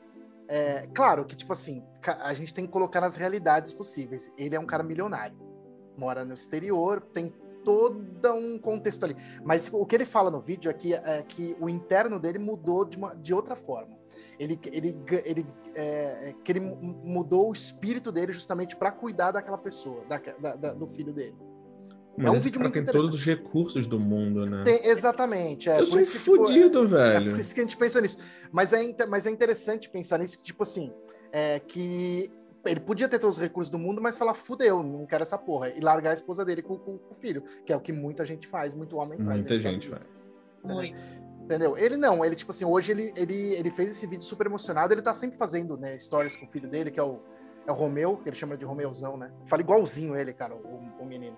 É, claro que, tipo assim, ca- a gente tem que colocar nas realidades possíveis. Ele é um cara milionário, mora no exterior, tem todo um contexto ali. Mas o que ele fala no vídeo é que, é que o interno dele mudou de, uma, de outra forma. Ele, ele, ele, é, que ele mu- mudou o espírito dele justamente para cuidar daquela pessoa, da, da- da- do filho dele. Mas é um esse vídeo cara muito tem interessante. todos os recursos do mundo, né? Tem- exatamente. É, eu por sou um isso que, tipo, fudido, é, velho. É por isso que a gente pensa nisso. Mas é, inte- mas é interessante pensar nisso, que, tipo assim, é, que ele podia ter todos os recursos do mundo, mas falar, fudeu, não quero essa porra. E largar a esposa dele com, com- com o filho, que é o que muita gente faz, muito homem faz. Muita a sabe gente disso. faz. Muito. Entendeu? Ele não, ele, tipo assim, hoje ele, ele, ele fez esse vídeo super emocionado, ele tá sempre fazendo, né, stories com o filho dele, que é o, é o Romeu, que ele chama de Romeuzão, né? Fala igualzinho ele, cara, o, o menino.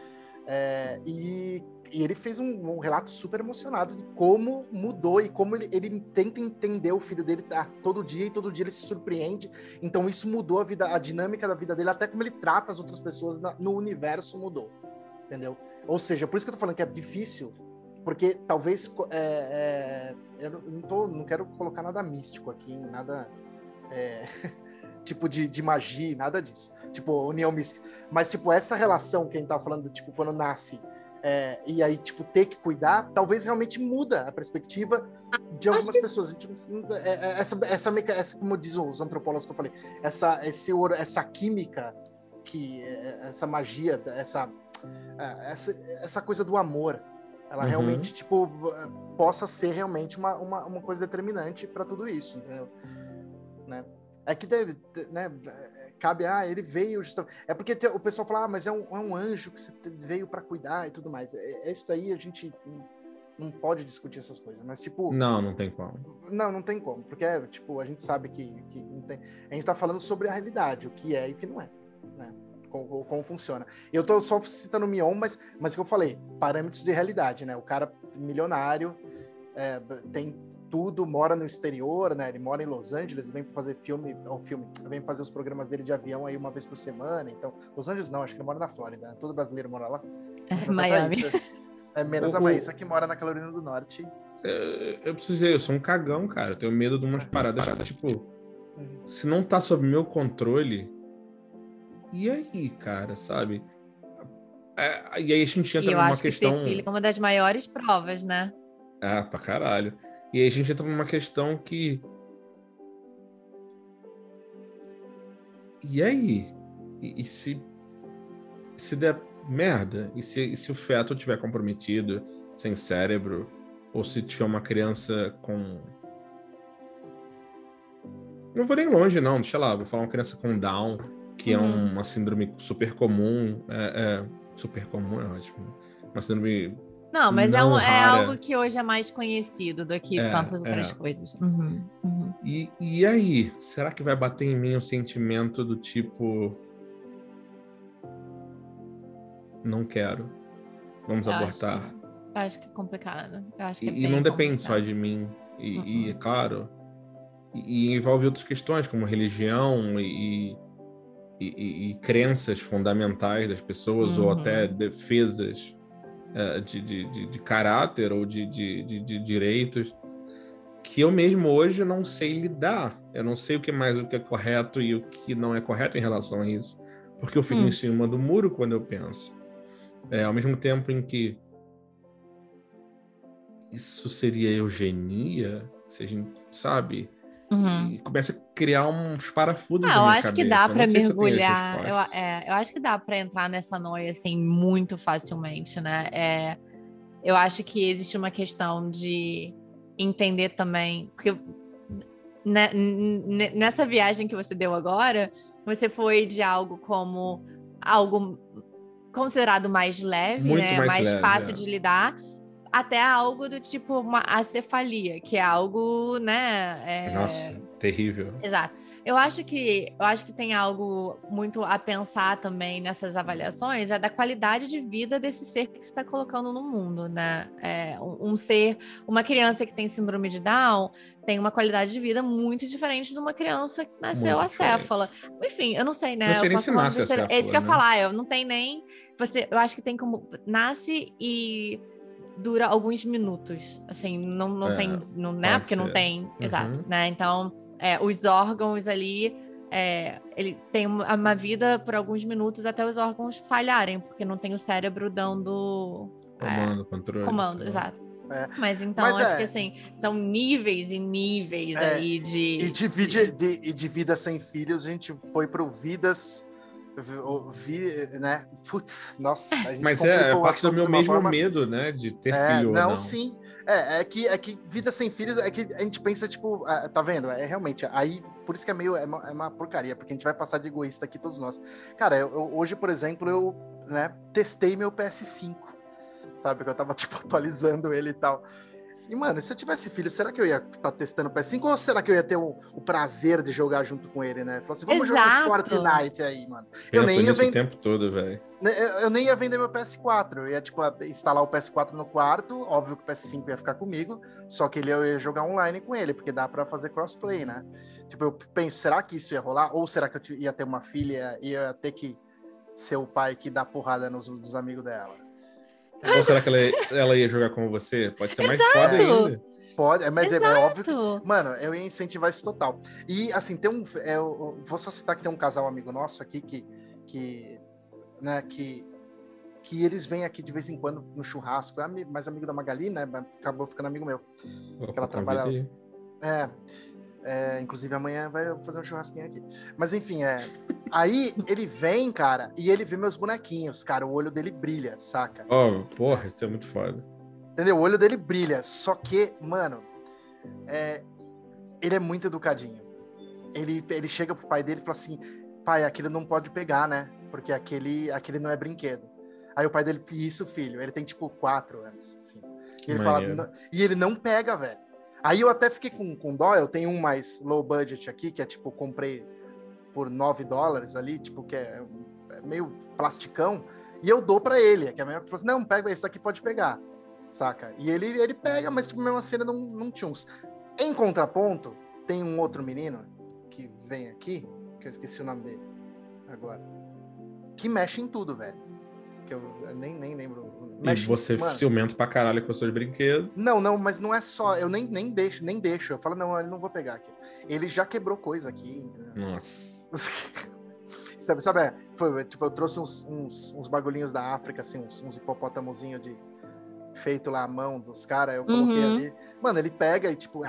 É, e, e ele fez um, um relato super emocionado de como mudou e como ele, ele tenta entender o filho dele a, todo dia, e todo dia ele se surpreende. Então isso mudou a vida, a dinâmica da vida dele, até como ele trata as outras pessoas na, no universo mudou, entendeu? Ou seja, por isso que eu tô falando que é difícil, porque talvez é, é, eu não, tô, não quero colocar nada místico aqui, nada é, tipo de, de magia, nada disso, tipo união mística, mas tipo essa relação que a gente tava falando, tipo quando nasce é, e aí, tipo, ter que cuidar, talvez realmente muda a perspectiva de algumas que... pessoas. Tipo, essa, essa, essa, como dizem os antropólogos que eu falei, essa, esse, essa química, que, essa magia, essa, essa, essa coisa do amor, ela uhum. realmente, tipo, possa ser realmente uma, uma, uma coisa determinante para tudo isso, entendeu? Né? É que deve, né, cabe, ah, ele veio justamente... É porque o pessoal fala, ah, mas é um, é um anjo que você veio para cuidar e tudo mais. É, é isso daí, a gente não pode discutir essas coisas, mas tipo... Não, não tem como. Não, não tem como, porque, tipo, a gente sabe que, que não tem... A gente tá falando sobre a realidade, o que é e o que não é, né? Como, como funciona. Eu tô só citando o Mion, mas, mas que eu falei, parâmetros de realidade, né? O cara milionário, é, tem tudo, mora no exterior, né? Ele mora em Los Angeles, vem fazer filme, ou filme, vem fazer os programas dele de avião aí uma vez por semana. Então, Los Angeles não, acho que ele mora na Flórida, né? Todo brasileiro mora lá. É, Miami. É menos o, a Maísa, que mora na Carolina do Norte. É, eu preciso dizer, eu sou um cagão, cara. Eu tenho medo de umas paradas, paradas tipo, uhum. se não tá sob meu controle, e aí, cara, sabe? É, e aí a gente entra e eu numa acho questão... que ter filho é uma das maiores provas, né? Ah, pra caralho. E aí a gente entra numa questão que... E aí? E, e se... Se der merda? E se, e se o feto estiver comprometido, sem cérebro? Ou se tiver uma criança com... Não vou nem longe, não. Deixa lá, vou falar uma criança com Down, que uhum. é uma síndrome super comum. É, é, super comum, é ótimo. Uma síndrome... Não, mas não é, um, é rara. algo que hoje é mais conhecido do que é, tantas outras é. coisas. Uhum, uhum. E, e aí? Será que vai bater em mim um sentimento do tipo... Não quero. Vamos eu abortar. Acho que, eu acho que é complicado. Eu acho que e, é e não depende complicado. só de mim. E, uhum. e claro... E, e envolve outras questões, como religião e... E, e, e crenças fundamentais das pessoas, uhum. ou até defesas uh, de, de, de, de caráter ou de, de, de, de direitos, que eu mesmo hoje não sei lidar. Eu não sei o que mais o que é correto e o que não é correto em relação a isso, porque eu fico hum. em cima do muro quando eu penso. É, ao mesmo tempo em que isso seria eugenia, se a gente sabe... Uhum. E começa a criar uns parafusos ah, na minha eu acho cabeça. que dá para mergulhar. Eu, eu, é, eu acho que dá para entrar nessa noia assim muito facilmente, né? É, eu acho que existe uma questão de entender também, porque né, nessa viagem que você deu agora, você foi de algo como algo considerado mais leve, muito né? Mais, mais leve, fácil é. de lidar. Até algo do tipo uma acefalia, que é algo, né? É... Nossa, terrível. Exato. Eu acho que eu acho que tem algo muito a pensar também nessas avaliações, é da qualidade de vida desse ser que você está colocando no mundo, né? É, um, um ser, uma criança que tem síndrome de Down tem uma qualidade de vida muito diferente de uma criança que nasceu muito acéfala. Diferente. Enfim, eu não sei, né? Não sei eu nem posso se falar nasce acéfala, é isso que eu ia né? falar. Eu não tem nem você. Eu acho que tem como nasce e dura alguns minutos, assim, não, não é, tem, não, né? Porque ser. não tem, uhum. exato, né? Então, é, os órgãos ali, é, ele tem uma, uma vida por alguns minutos até os órgãos falharem, porque não tem o cérebro dando comando, é, controle, comando, exato. É. Mas então, Mas acho é. que assim, são níveis e níveis é, aí de... E de, de... De, de, de vida sem filhos, a gente foi pro Vidas... Vi, né? Putz, nossa, a gente Mas é, é parte do meu mesmo forma... medo, né? De ter é, filho não, ou não. Sim. É, é, que, é que vida sem filhos é que a gente pensa, tipo, é, tá vendo? É realmente, aí, por isso que é meio, é uma, é uma porcaria, porque a gente vai passar de egoísta aqui todos nós. Cara, eu, eu, hoje, por exemplo, eu, né, testei meu P S cinco, sabe? Que eu tava, tipo, atualizando ele e tal. E, mano, se eu tivesse filho, será que eu ia estar tá testando o P S cinco ou será que eu ia ter o, o prazer de jogar junto com ele, né? Falar assim, vamos Exato. jogar Fortnite aí, mano. Pensa eu nem ia nisso vend... o tempo todo, velho. Eu, eu nem ia vender meu P S quatro. Eu ia, tipo, instalar o P S quatro no quarto. Óbvio que o P S cinco ia ficar comigo. Só que ele, eu ia jogar online com ele, porque dá pra fazer crossplay, né? Tipo, eu penso, será que isso ia rolar? Ou será que eu ia ter uma filha e eu ia ter que ser o pai que dá porrada nos, nos amigos dela? Ou será que ela, ela ia jogar com você? Pode ser mais foda ainda. Pode, mas é, é óbvio que... Exato. Mano, eu ia incentivar isso total. E, assim, tem um... É, eu vou só citar que tem um casal amigo nosso aqui que... que né, que que eles vêm aqui de vez em quando no churrasco. É mais amigo da Magali, né? Acabou ficando amigo meu. Opa, que ela trabalha... convidei. É, é, inclusive amanhã vai fazer um churrasquinho aqui. Mas enfim, é... Aí ele vem, cara, e ele vê meus bonequinhos, cara. O olho dele brilha, saca? Ó, porra, isso é muito foda. Entendeu? O olho dele brilha. Só que, mano, é... ele é muito educadinho. Ele, ele chega pro pai dele e fala assim: pai, aquele não pode pegar, né? Porque aquele, aquele não é brinquedo. Aí o pai dele, isso, filho, ele tem tipo quatro anos, assim. E ele fala, não, e ele não pega, velho. Aí eu até fiquei com, com dó, eu tenho um mais low budget aqui, que é tipo, comprei por nove dólares ali, tipo, que é, é meio plasticão, e eu dou pra ele, que é a mesma coisa, não, pega, esse aqui pode pegar, saca? E ele, ele pega, mas tipo, mesmo assim ele não, não tinha uns. Em contraponto, tem um outro menino que vem aqui, que eu esqueci o nome dele agora, que mexe em tudo, velho. Que eu nem, nem lembro. Mexe, e você mano, ciumento pra caralho com os seus brinquedos. Não, não, mas não é só. Eu nem, nem deixo, nem deixo. Eu falo, não, eu não vou pegar aqui. Ele já quebrou coisa aqui. Entendeu? Nossa. sabe, sabe? Foi, tipo, eu trouxe uns, uns, uns bagulhinhos da África, assim, uns, uns hipopótamozinhos de feito lá à mão dos caras. Eu coloquei Uhum. ali. Mano, ele pega e tipo.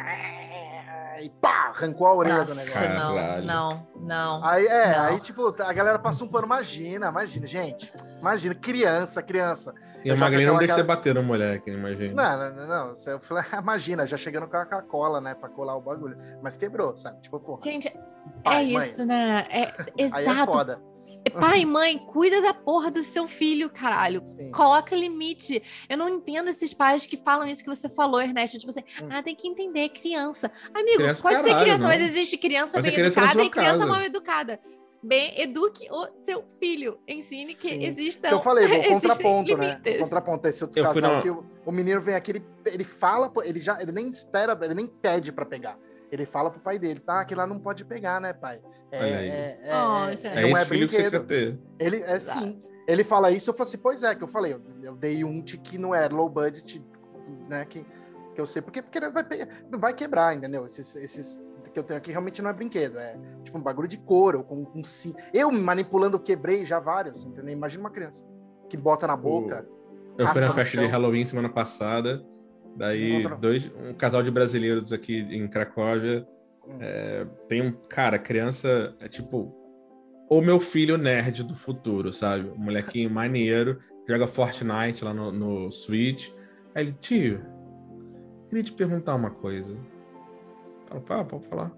E pá, arrancou a orelha Nossa, do negócio. Caralho. não, não, não. Aí, é, Não. aí, tipo, a galera passa um pano, imagina, imagina, gente, imagina, criança, criança. E Eu a já Magali com não aquela deixa você cara- bater no moleque, imagina. Não, não, não, você, eu falei, imagina, já chegando com a Coca-Cola, né, pra colar o bagulho, mas quebrou, sabe, tipo, porra, Gente, pai, é mãe, isso, né? É, aí é exato. foda. Pai e mãe, cuida da porra do seu filho, caralho. Sim. Coloca limite. Eu não entendo esses pais que falam isso que você falou, Ernesto. Tipo assim, Hum. ah, tem que entender, criança. Amigo, Criança, pode ser caralho, criança, não. mas existe criança Pode ser bem criança na educada sua e criança casa. mal educada. Bem, eduque o seu filho. Ensine que Sim. existam. Que eu falei, o existem contraponto, né, o limites. contraponto, esse outro Eu fui casal numa- que o, o menino vem aqui, ele, ele fala, pô, ele já, ele nem espera, ele nem pede pra pegar. Ele fala pro pai dele, tá, que lá não pode pegar, né, pai? É, Olha aí. é, é, Oh, é, gente. É não esse é filho que você brinquedo. quer ter. Ele, é Exato. sim. Ele fala isso, eu falo assim, pois é, que eu falei, eu, eu dei um que não é low budget, né, que, que eu sei, porque, porque vai, pe- vai quebrar, entendeu? Esses, esses que eu tenho aqui realmente não é brinquedo, é tipo um bagulho de couro, com, com sim. Eu me manipulando, quebrei já vários, entendeu? Imagina uma criança que bota na boca. Eu fui raspa na no festa de chão. Halloween semana passada. Daí, Encontrou. dois, um casal de brasileiros aqui em Cracóvia. Hum. É, tem um. Cara, criança é tipo. O meu filho nerd do futuro, sabe? Um molequinho maneiro, joga Fortnite lá no, no Switch. Aí ele, tio, queria te perguntar uma coisa. Fala, pá, pode falar.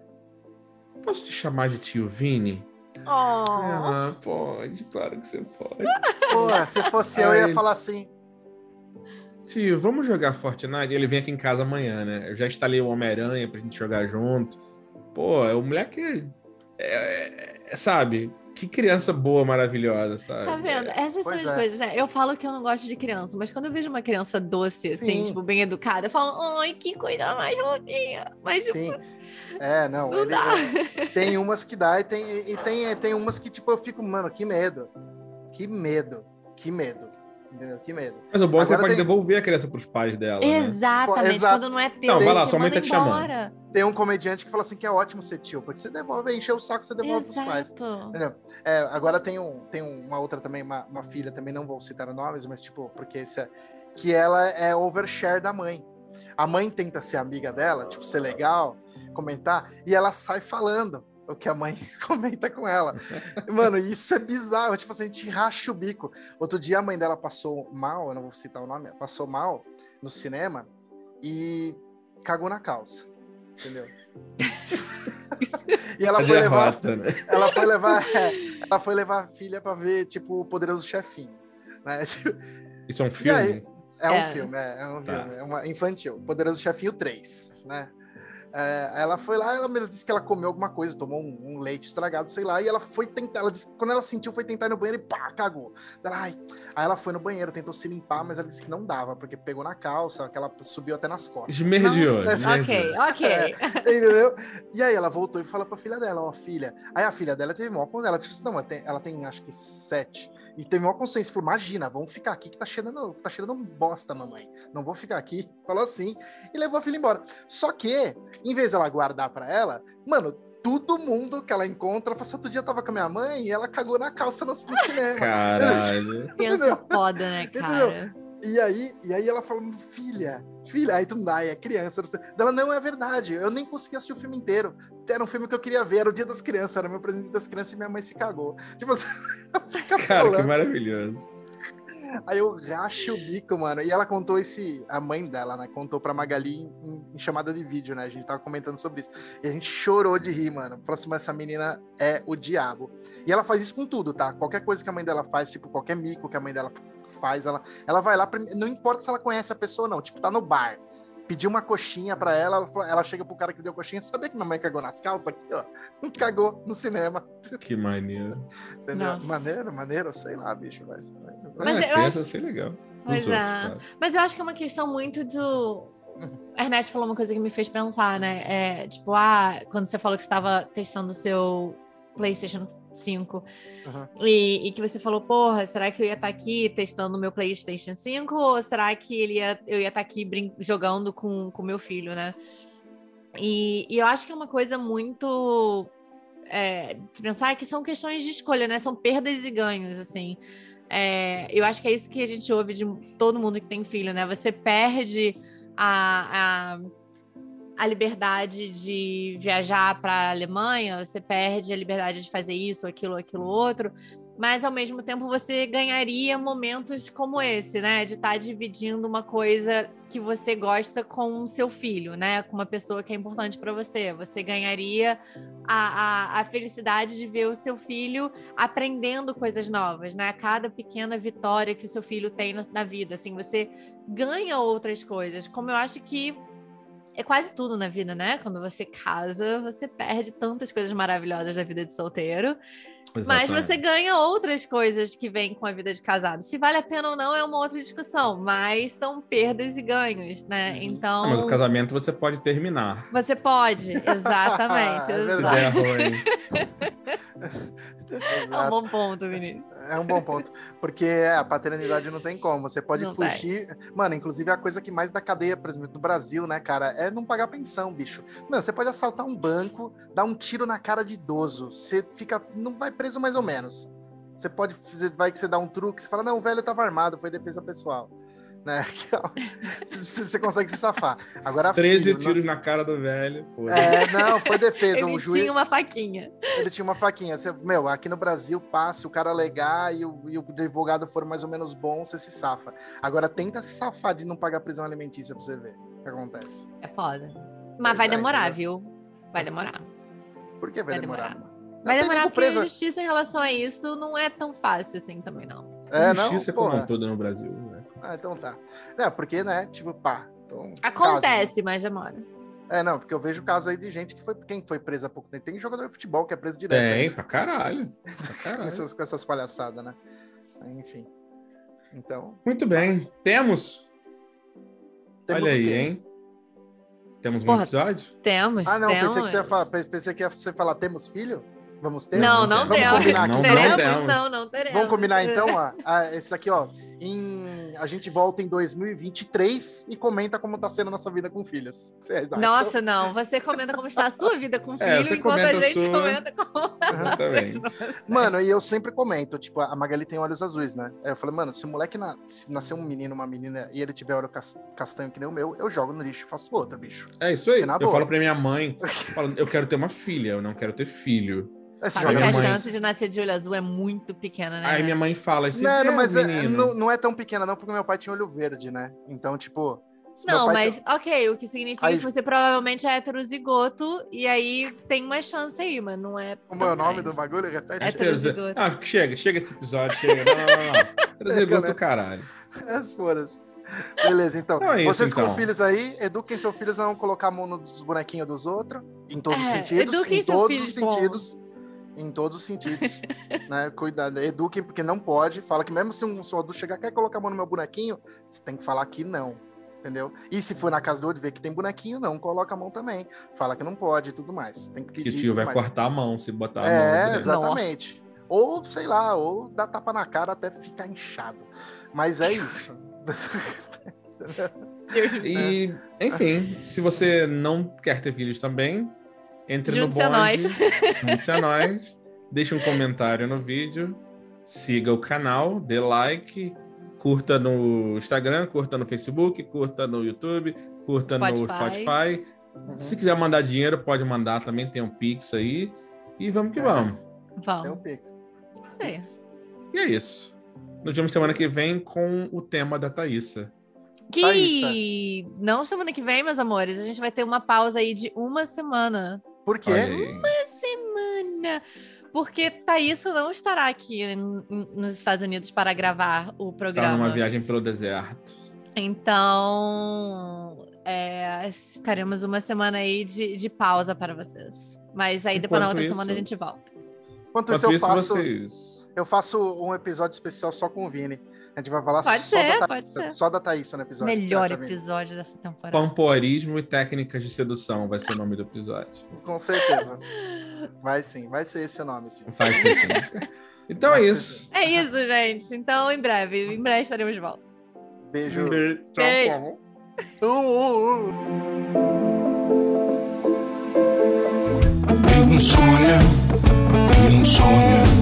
Posso te chamar de tio Vini? Oh. Ah, pode, claro que você pode. Pô, se fosse eu, eu ia Ai. falar assim. Tio, vamos jogar Fortnite? Ele vem aqui em casa amanhã, né? Eu já instalei o Homem-Aranha pra gente jogar junto. Pô, é o moleque. É, é, é, sabe? Que criança boa, maravilhosa, sabe? Tá vendo? Essas Pois são as é. coisas, né? Eu falo que eu não gosto de criança, mas quando eu vejo uma criança doce, assim, Sim. tipo, bem educada, eu falo, ai, que coisa mais fofinha. Mas, tipo, Sim. É, não, não ele, dá. é- tem umas que dá e tem, e tem, tem umas que, tipo, eu fico, mano, que medo. Que medo. Que medo. Entendeu? Que medo. Mas o bom é que você Agora pode tem- devolver a criança pros pais dela, né? Exatamente, Exato. quando não é teu, Não, vai lá, você sua mãe manda tá te chamando. embora. Tem um comediante que fala assim que é ótimo ser tio, porque você devolve, encher o saco, você devolve pros pais. Exato. Entendeu? É, agora tem, um, tem uma outra também, uma, uma filha, também não vou citar nomes, mas tipo, porque esse é, que ela é overshare da mãe. A mãe tenta ser amiga dela, tipo, ser legal, comentar, e ela sai falando o que a mãe comenta com ela. Mano, isso é bizarro, tipo assim, a gente racha o bico. Outro dia a mãe dela passou mal, eu não vou citar o nome, passou mal no cinema e cagou na calça, entendeu? E ela A foi levar derrota, né? ela foi levar, é, ela foi levar a filha pra ver, tipo, o Poderoso Chefinho, né? Isso é um E filme? aí, é um É. filme, é, é um Tá. filme, é uma infantil, Poderoso Chefinho três, né? É, ela foi lá, ela me disse que ela comeu alguma coisa, tomou um, um leite estragado, sei lá, e ela foi tentar, ela disse que quando ela sentiu, foi tentar ir no banheiro e pá, cagou. Ela, ai. Aí ela foi no banheiro, tentou se limpar, mas ela disse que não dava, porque pegou na calça, que ela subiu até nas costas. Esmerdeou. Não, esmerdeou. Ok, ok. Entendeu? E aí ela voltou e falou pra filha dela, ó, filha. Aí a filha dela teve maior consciência. Ela disse assim, não, ela tem, ela tem acho que sete. E teve maior consciência. Falou, imagina, vamos ficar aqui que tá cheirando, tá cheirando bosta, mamãe. Não vou ficar aqui. Falou assim. E levou a filha embora. Só que, em vez dela guardar pra ela, mano, todo mundo que ela encontra, fala assim, outro dia eu tava com a minha mãe e ela cagou na calça no, no cinema. Caralho. Criança foda, né, cara? Entendeu? E aí, e aí ela fala, filha, filha, aí tu não dá, é criança. Ela, não, é verdade, eu nem consegui assistir o filme inteiro. Era um filme que eu queria ver, era o Dia das Crianças, era meu presente das crianças e minha mãe se cagou. Tipo, você fica Cara, falando. que maravilhoso. Aí eu racho o bico, mano. E ela contou esse, a mãe dela, né, contou pra Magali em, em chamada de vídeo, né, a gente tava comentando sobre isso. E a gente chorou de rir, mano. Próximo, essa menina é o diabo. E ela faz isso com tudo, tá? Qualquer coisa que a mãe dela faz, tipo, qualquer mico que a mãe dela faz, ela, ela vai lá, não importa se ela conhece a pessoa ou não, tipo, tá no bar, pediu uma coxinha pra ela, ela, fala, ela chega pro cara que deu coxinha, sabia que minha mãe cagou nas calças aqui, ó, cagou no cinema. Que maneiro. Entendeu? Nossa. Maneiro, maneiro, sei lá, bicho, mas... Mas é, eu criança acho- ser legal. Pois Os outros, é. claro. Mas eu acho que é uma questão muito do... A Ernest falou uma coisa que me fez pensar, né? É, tipo, ah, quando você falou que você estava testando o seu PlayStation cinco Uhum. e, e que você falou, porra, será que eu ia estar aqui testando o meu PlayStation cinco ou será que ele ia, eu ia estar aqui brin- jogando com o meu filho, né? E, e eu acho que é uma coisa muito... É, de pensar que são questões de escolha, né? São perdas e ganhos, assim. É, eu acho que é isso que a gente ouve de todo mundo que tem filho, né? Você perde a, a, a liberdade de viajar para a Alemanha, você perde a liberdade de fazer isso, aquilo, aquilo, outro, mas ao mesmo tempo você ganharia momentos como esse, né? De estar dividindo uma coisa que você gosta com o seu filho, né? Com uma pessoa que é importante para você. Você ganharia a, a, a felicidade de ver o seu filho aprendendo coisas novas, né? Cada pequena vitória que o seu filho tem na, na vida, assim, você ganha outras coisas. Como eu acho que é quase tudo na vida, né? Quando você casa, você perde tantas coisas maravilhosas da vida de solteiro. Mas Exatamente. você ganha outras coisas que vêm com a vida de casado. Se vale a pena ou não é uma outra discussão, mas são perdas e ganhos, né? Então. Ah, mas o casamento você pode terminar. Você pode, exatamente. É Se verdade. der ruim. É um Exato. bom ponto, Vinícius. É um bom ponto, porque é, a paternidade não tem como, você pode Não fugir. Mano, inclusive a coisa que mais dá cadeia, por exemplo, no Brasil, né, cara, é não pagar pensão, bicho. Mano, você pode assaltar um banco, dar um tiro na cara de idoso, você fica, não vai preso mais ou menos. Você pode, você vai que você dá um truque, você fala, não, o velho tava armado, foi defesa pessoal. Né? Você você consegue se safar. Agora, treze filho, tiros na cara do velho. não... Foda. É, não, foi defesa. Ele o juiz... tinha uma faquinha. Ele tinha uma faquinha. Você, meu, aqui no Brasil, passa, o cara alegar e o, e o advogado for mais ou menos bom, você se safa. Agora, tenta se safar de não pagar prisão alimentícia pra você ver o que acontece. É foda. Mas vai Pois é, demorar, entendeu? viu? Vai demorar. Por que vai, Vai demorar? demorar. Não Vai tem demorar nego porque preso. a justiça em relação a isso não é tão fácil assim também, não. É, não? Justiça como Porra. um todo no Brasil. Né? Ah, então tá. É, porque, né, tipo, pá. Então, Acontece, mas demora. caso. É, não, porque eu vejo caso aí de gente que foi. Quem foi preso há pouco tempo? Tem jogador de futebol que é preso direto. Tem, aí, pra caralho. Pra com, caralho. essas, com essas palhaçadas, né? Enfim. Então. Muito bem. Temos. Temos Olha o aí, quê? hein? Temos um Porra, episódio? Temos, Ah, não, temos. pensei que, você ia falar, pensei que ia você falar, temos filho? Vamos ter? Não, Não não temos. temos. Vamos combinar aqui. Não, teremos? não temos. Não, não teremos. Vamos combinar então, ó. Ah, esse aqui, ó. Em... A gente volta em dois mil e vinte e três e comenta como tá sendo a nossa vida com filhos. Você acha? Nossa, não. Você comenta como está a sua vida com filho, É, você enquanto a comenta a gente sua. comenta como... Exatamente. Mano, e eu sempre comento, tipo, a Magali tem olhos azuis, né? Aí eu falei, mano, se o moleque na... se nascer um menino, uma menina, e ele tiver olho cas- castanho que nem o meu, eu jogo no lixo e faço outra, bicho. É isso aí. Na Eu boa. falo pra minha mãe, falo, eu quero ter uma filha, eu não quero ter filho. Aí você Sabe Aí que joga a minha no mãe- chance de nascer de olho azul é muito pequena, né? Aí minha mãe fala, esse Não, não, é, mas é- menino. não, não é tão pequena não, porque meu pai tinha olho verde, né? Então, tipo... se meu Não, pai mas tem- ok, o que significa Aí- que você provavelmente é heterozigoto e aí tem uma chance aí, mas não é. Como é o tão nome grande. do bagulho? Repete. É As pessoas- heterozigoto. Ah, chega, chega esse episódio, chega. Não, não, não. não. Heterozigoto, né? caralho. As foras. Beleza, então. Não é isso, Vocês com então. filhos aí, eduquem seus filhos a não colocar a mão nos bonequinhos dos outros, em todos os É, sentidos, eduquem em seus todos filhos os sentidos. Em todos os sentidos, né? Cuidado, eduquem, porque não pode. Fala que mesmo se um seu adulto chegar, quer colocar a mão no meu bonequinho, você tem que falar que não, entendeu? E se for na casa do outro ver que tem bonequinho, não, coloca a mão também. Fala que não pode e tudo mais. Tem que Que pedir. o tio e vai tudo mais. cortar a mão se botar a mão. É, no boneco. exatamente. Ou, sei lá, ou dá tapa na cara até ficar inchado. Mas é isso. E, enfim, se você não quer ter filhos também, Entre Junte-se no a bonde. nós. Junte-se a nós. Deixe um comentário no vídeo. Siga o canal, dê like. Curta no Instagram, curta no Facebook, curta no YouTube, curta Spotify. no Spotify. Uhum. Se quiser mandar dinheiro, pode mandar também. Tem um Pix aí. E vamos que É. vamos. Tem um Vamos. Pix. Isso aí. E é isso. Nos vemos semana que vem com o tema da Thaísa. Que Thaísa. não semana que vem, meus amores, a gente vai ter uma pausa aí de uma semana. Por quê? Olha aí. Semana. Porque Thaísa não estará aqui em- em- nos Estados Unidos para gravar o Estava programa. numa viagem pelo deserto. Então, é, ficaremos uma semana aí de, de pausa para vocês. Mas aí depois na Enquanto outra isso- semana a gente volta. Enquanto isso, Enquanto eu isso, faço, vocês... eu faço um episódio especial só com o Vini. A gente vai falar Pode só, ser, da pode Thaísa, ser. só da Thaísa no episódio. Melhor certo, Vini? episódio dessa temporada. Pamporismo e técnicas de sedução vai ser o nome do episódio. Com certeza. Vai sim, vai ser esse o nome, sim. Vai ser sim. Então Vai é ser isso. É isso, gente. Então, em breve, em breve estaremos de volta. Beijo. Beijo. Tchau, Beijo. tchau. Uh, uh, uh. Quem não sonha, quem não sonha,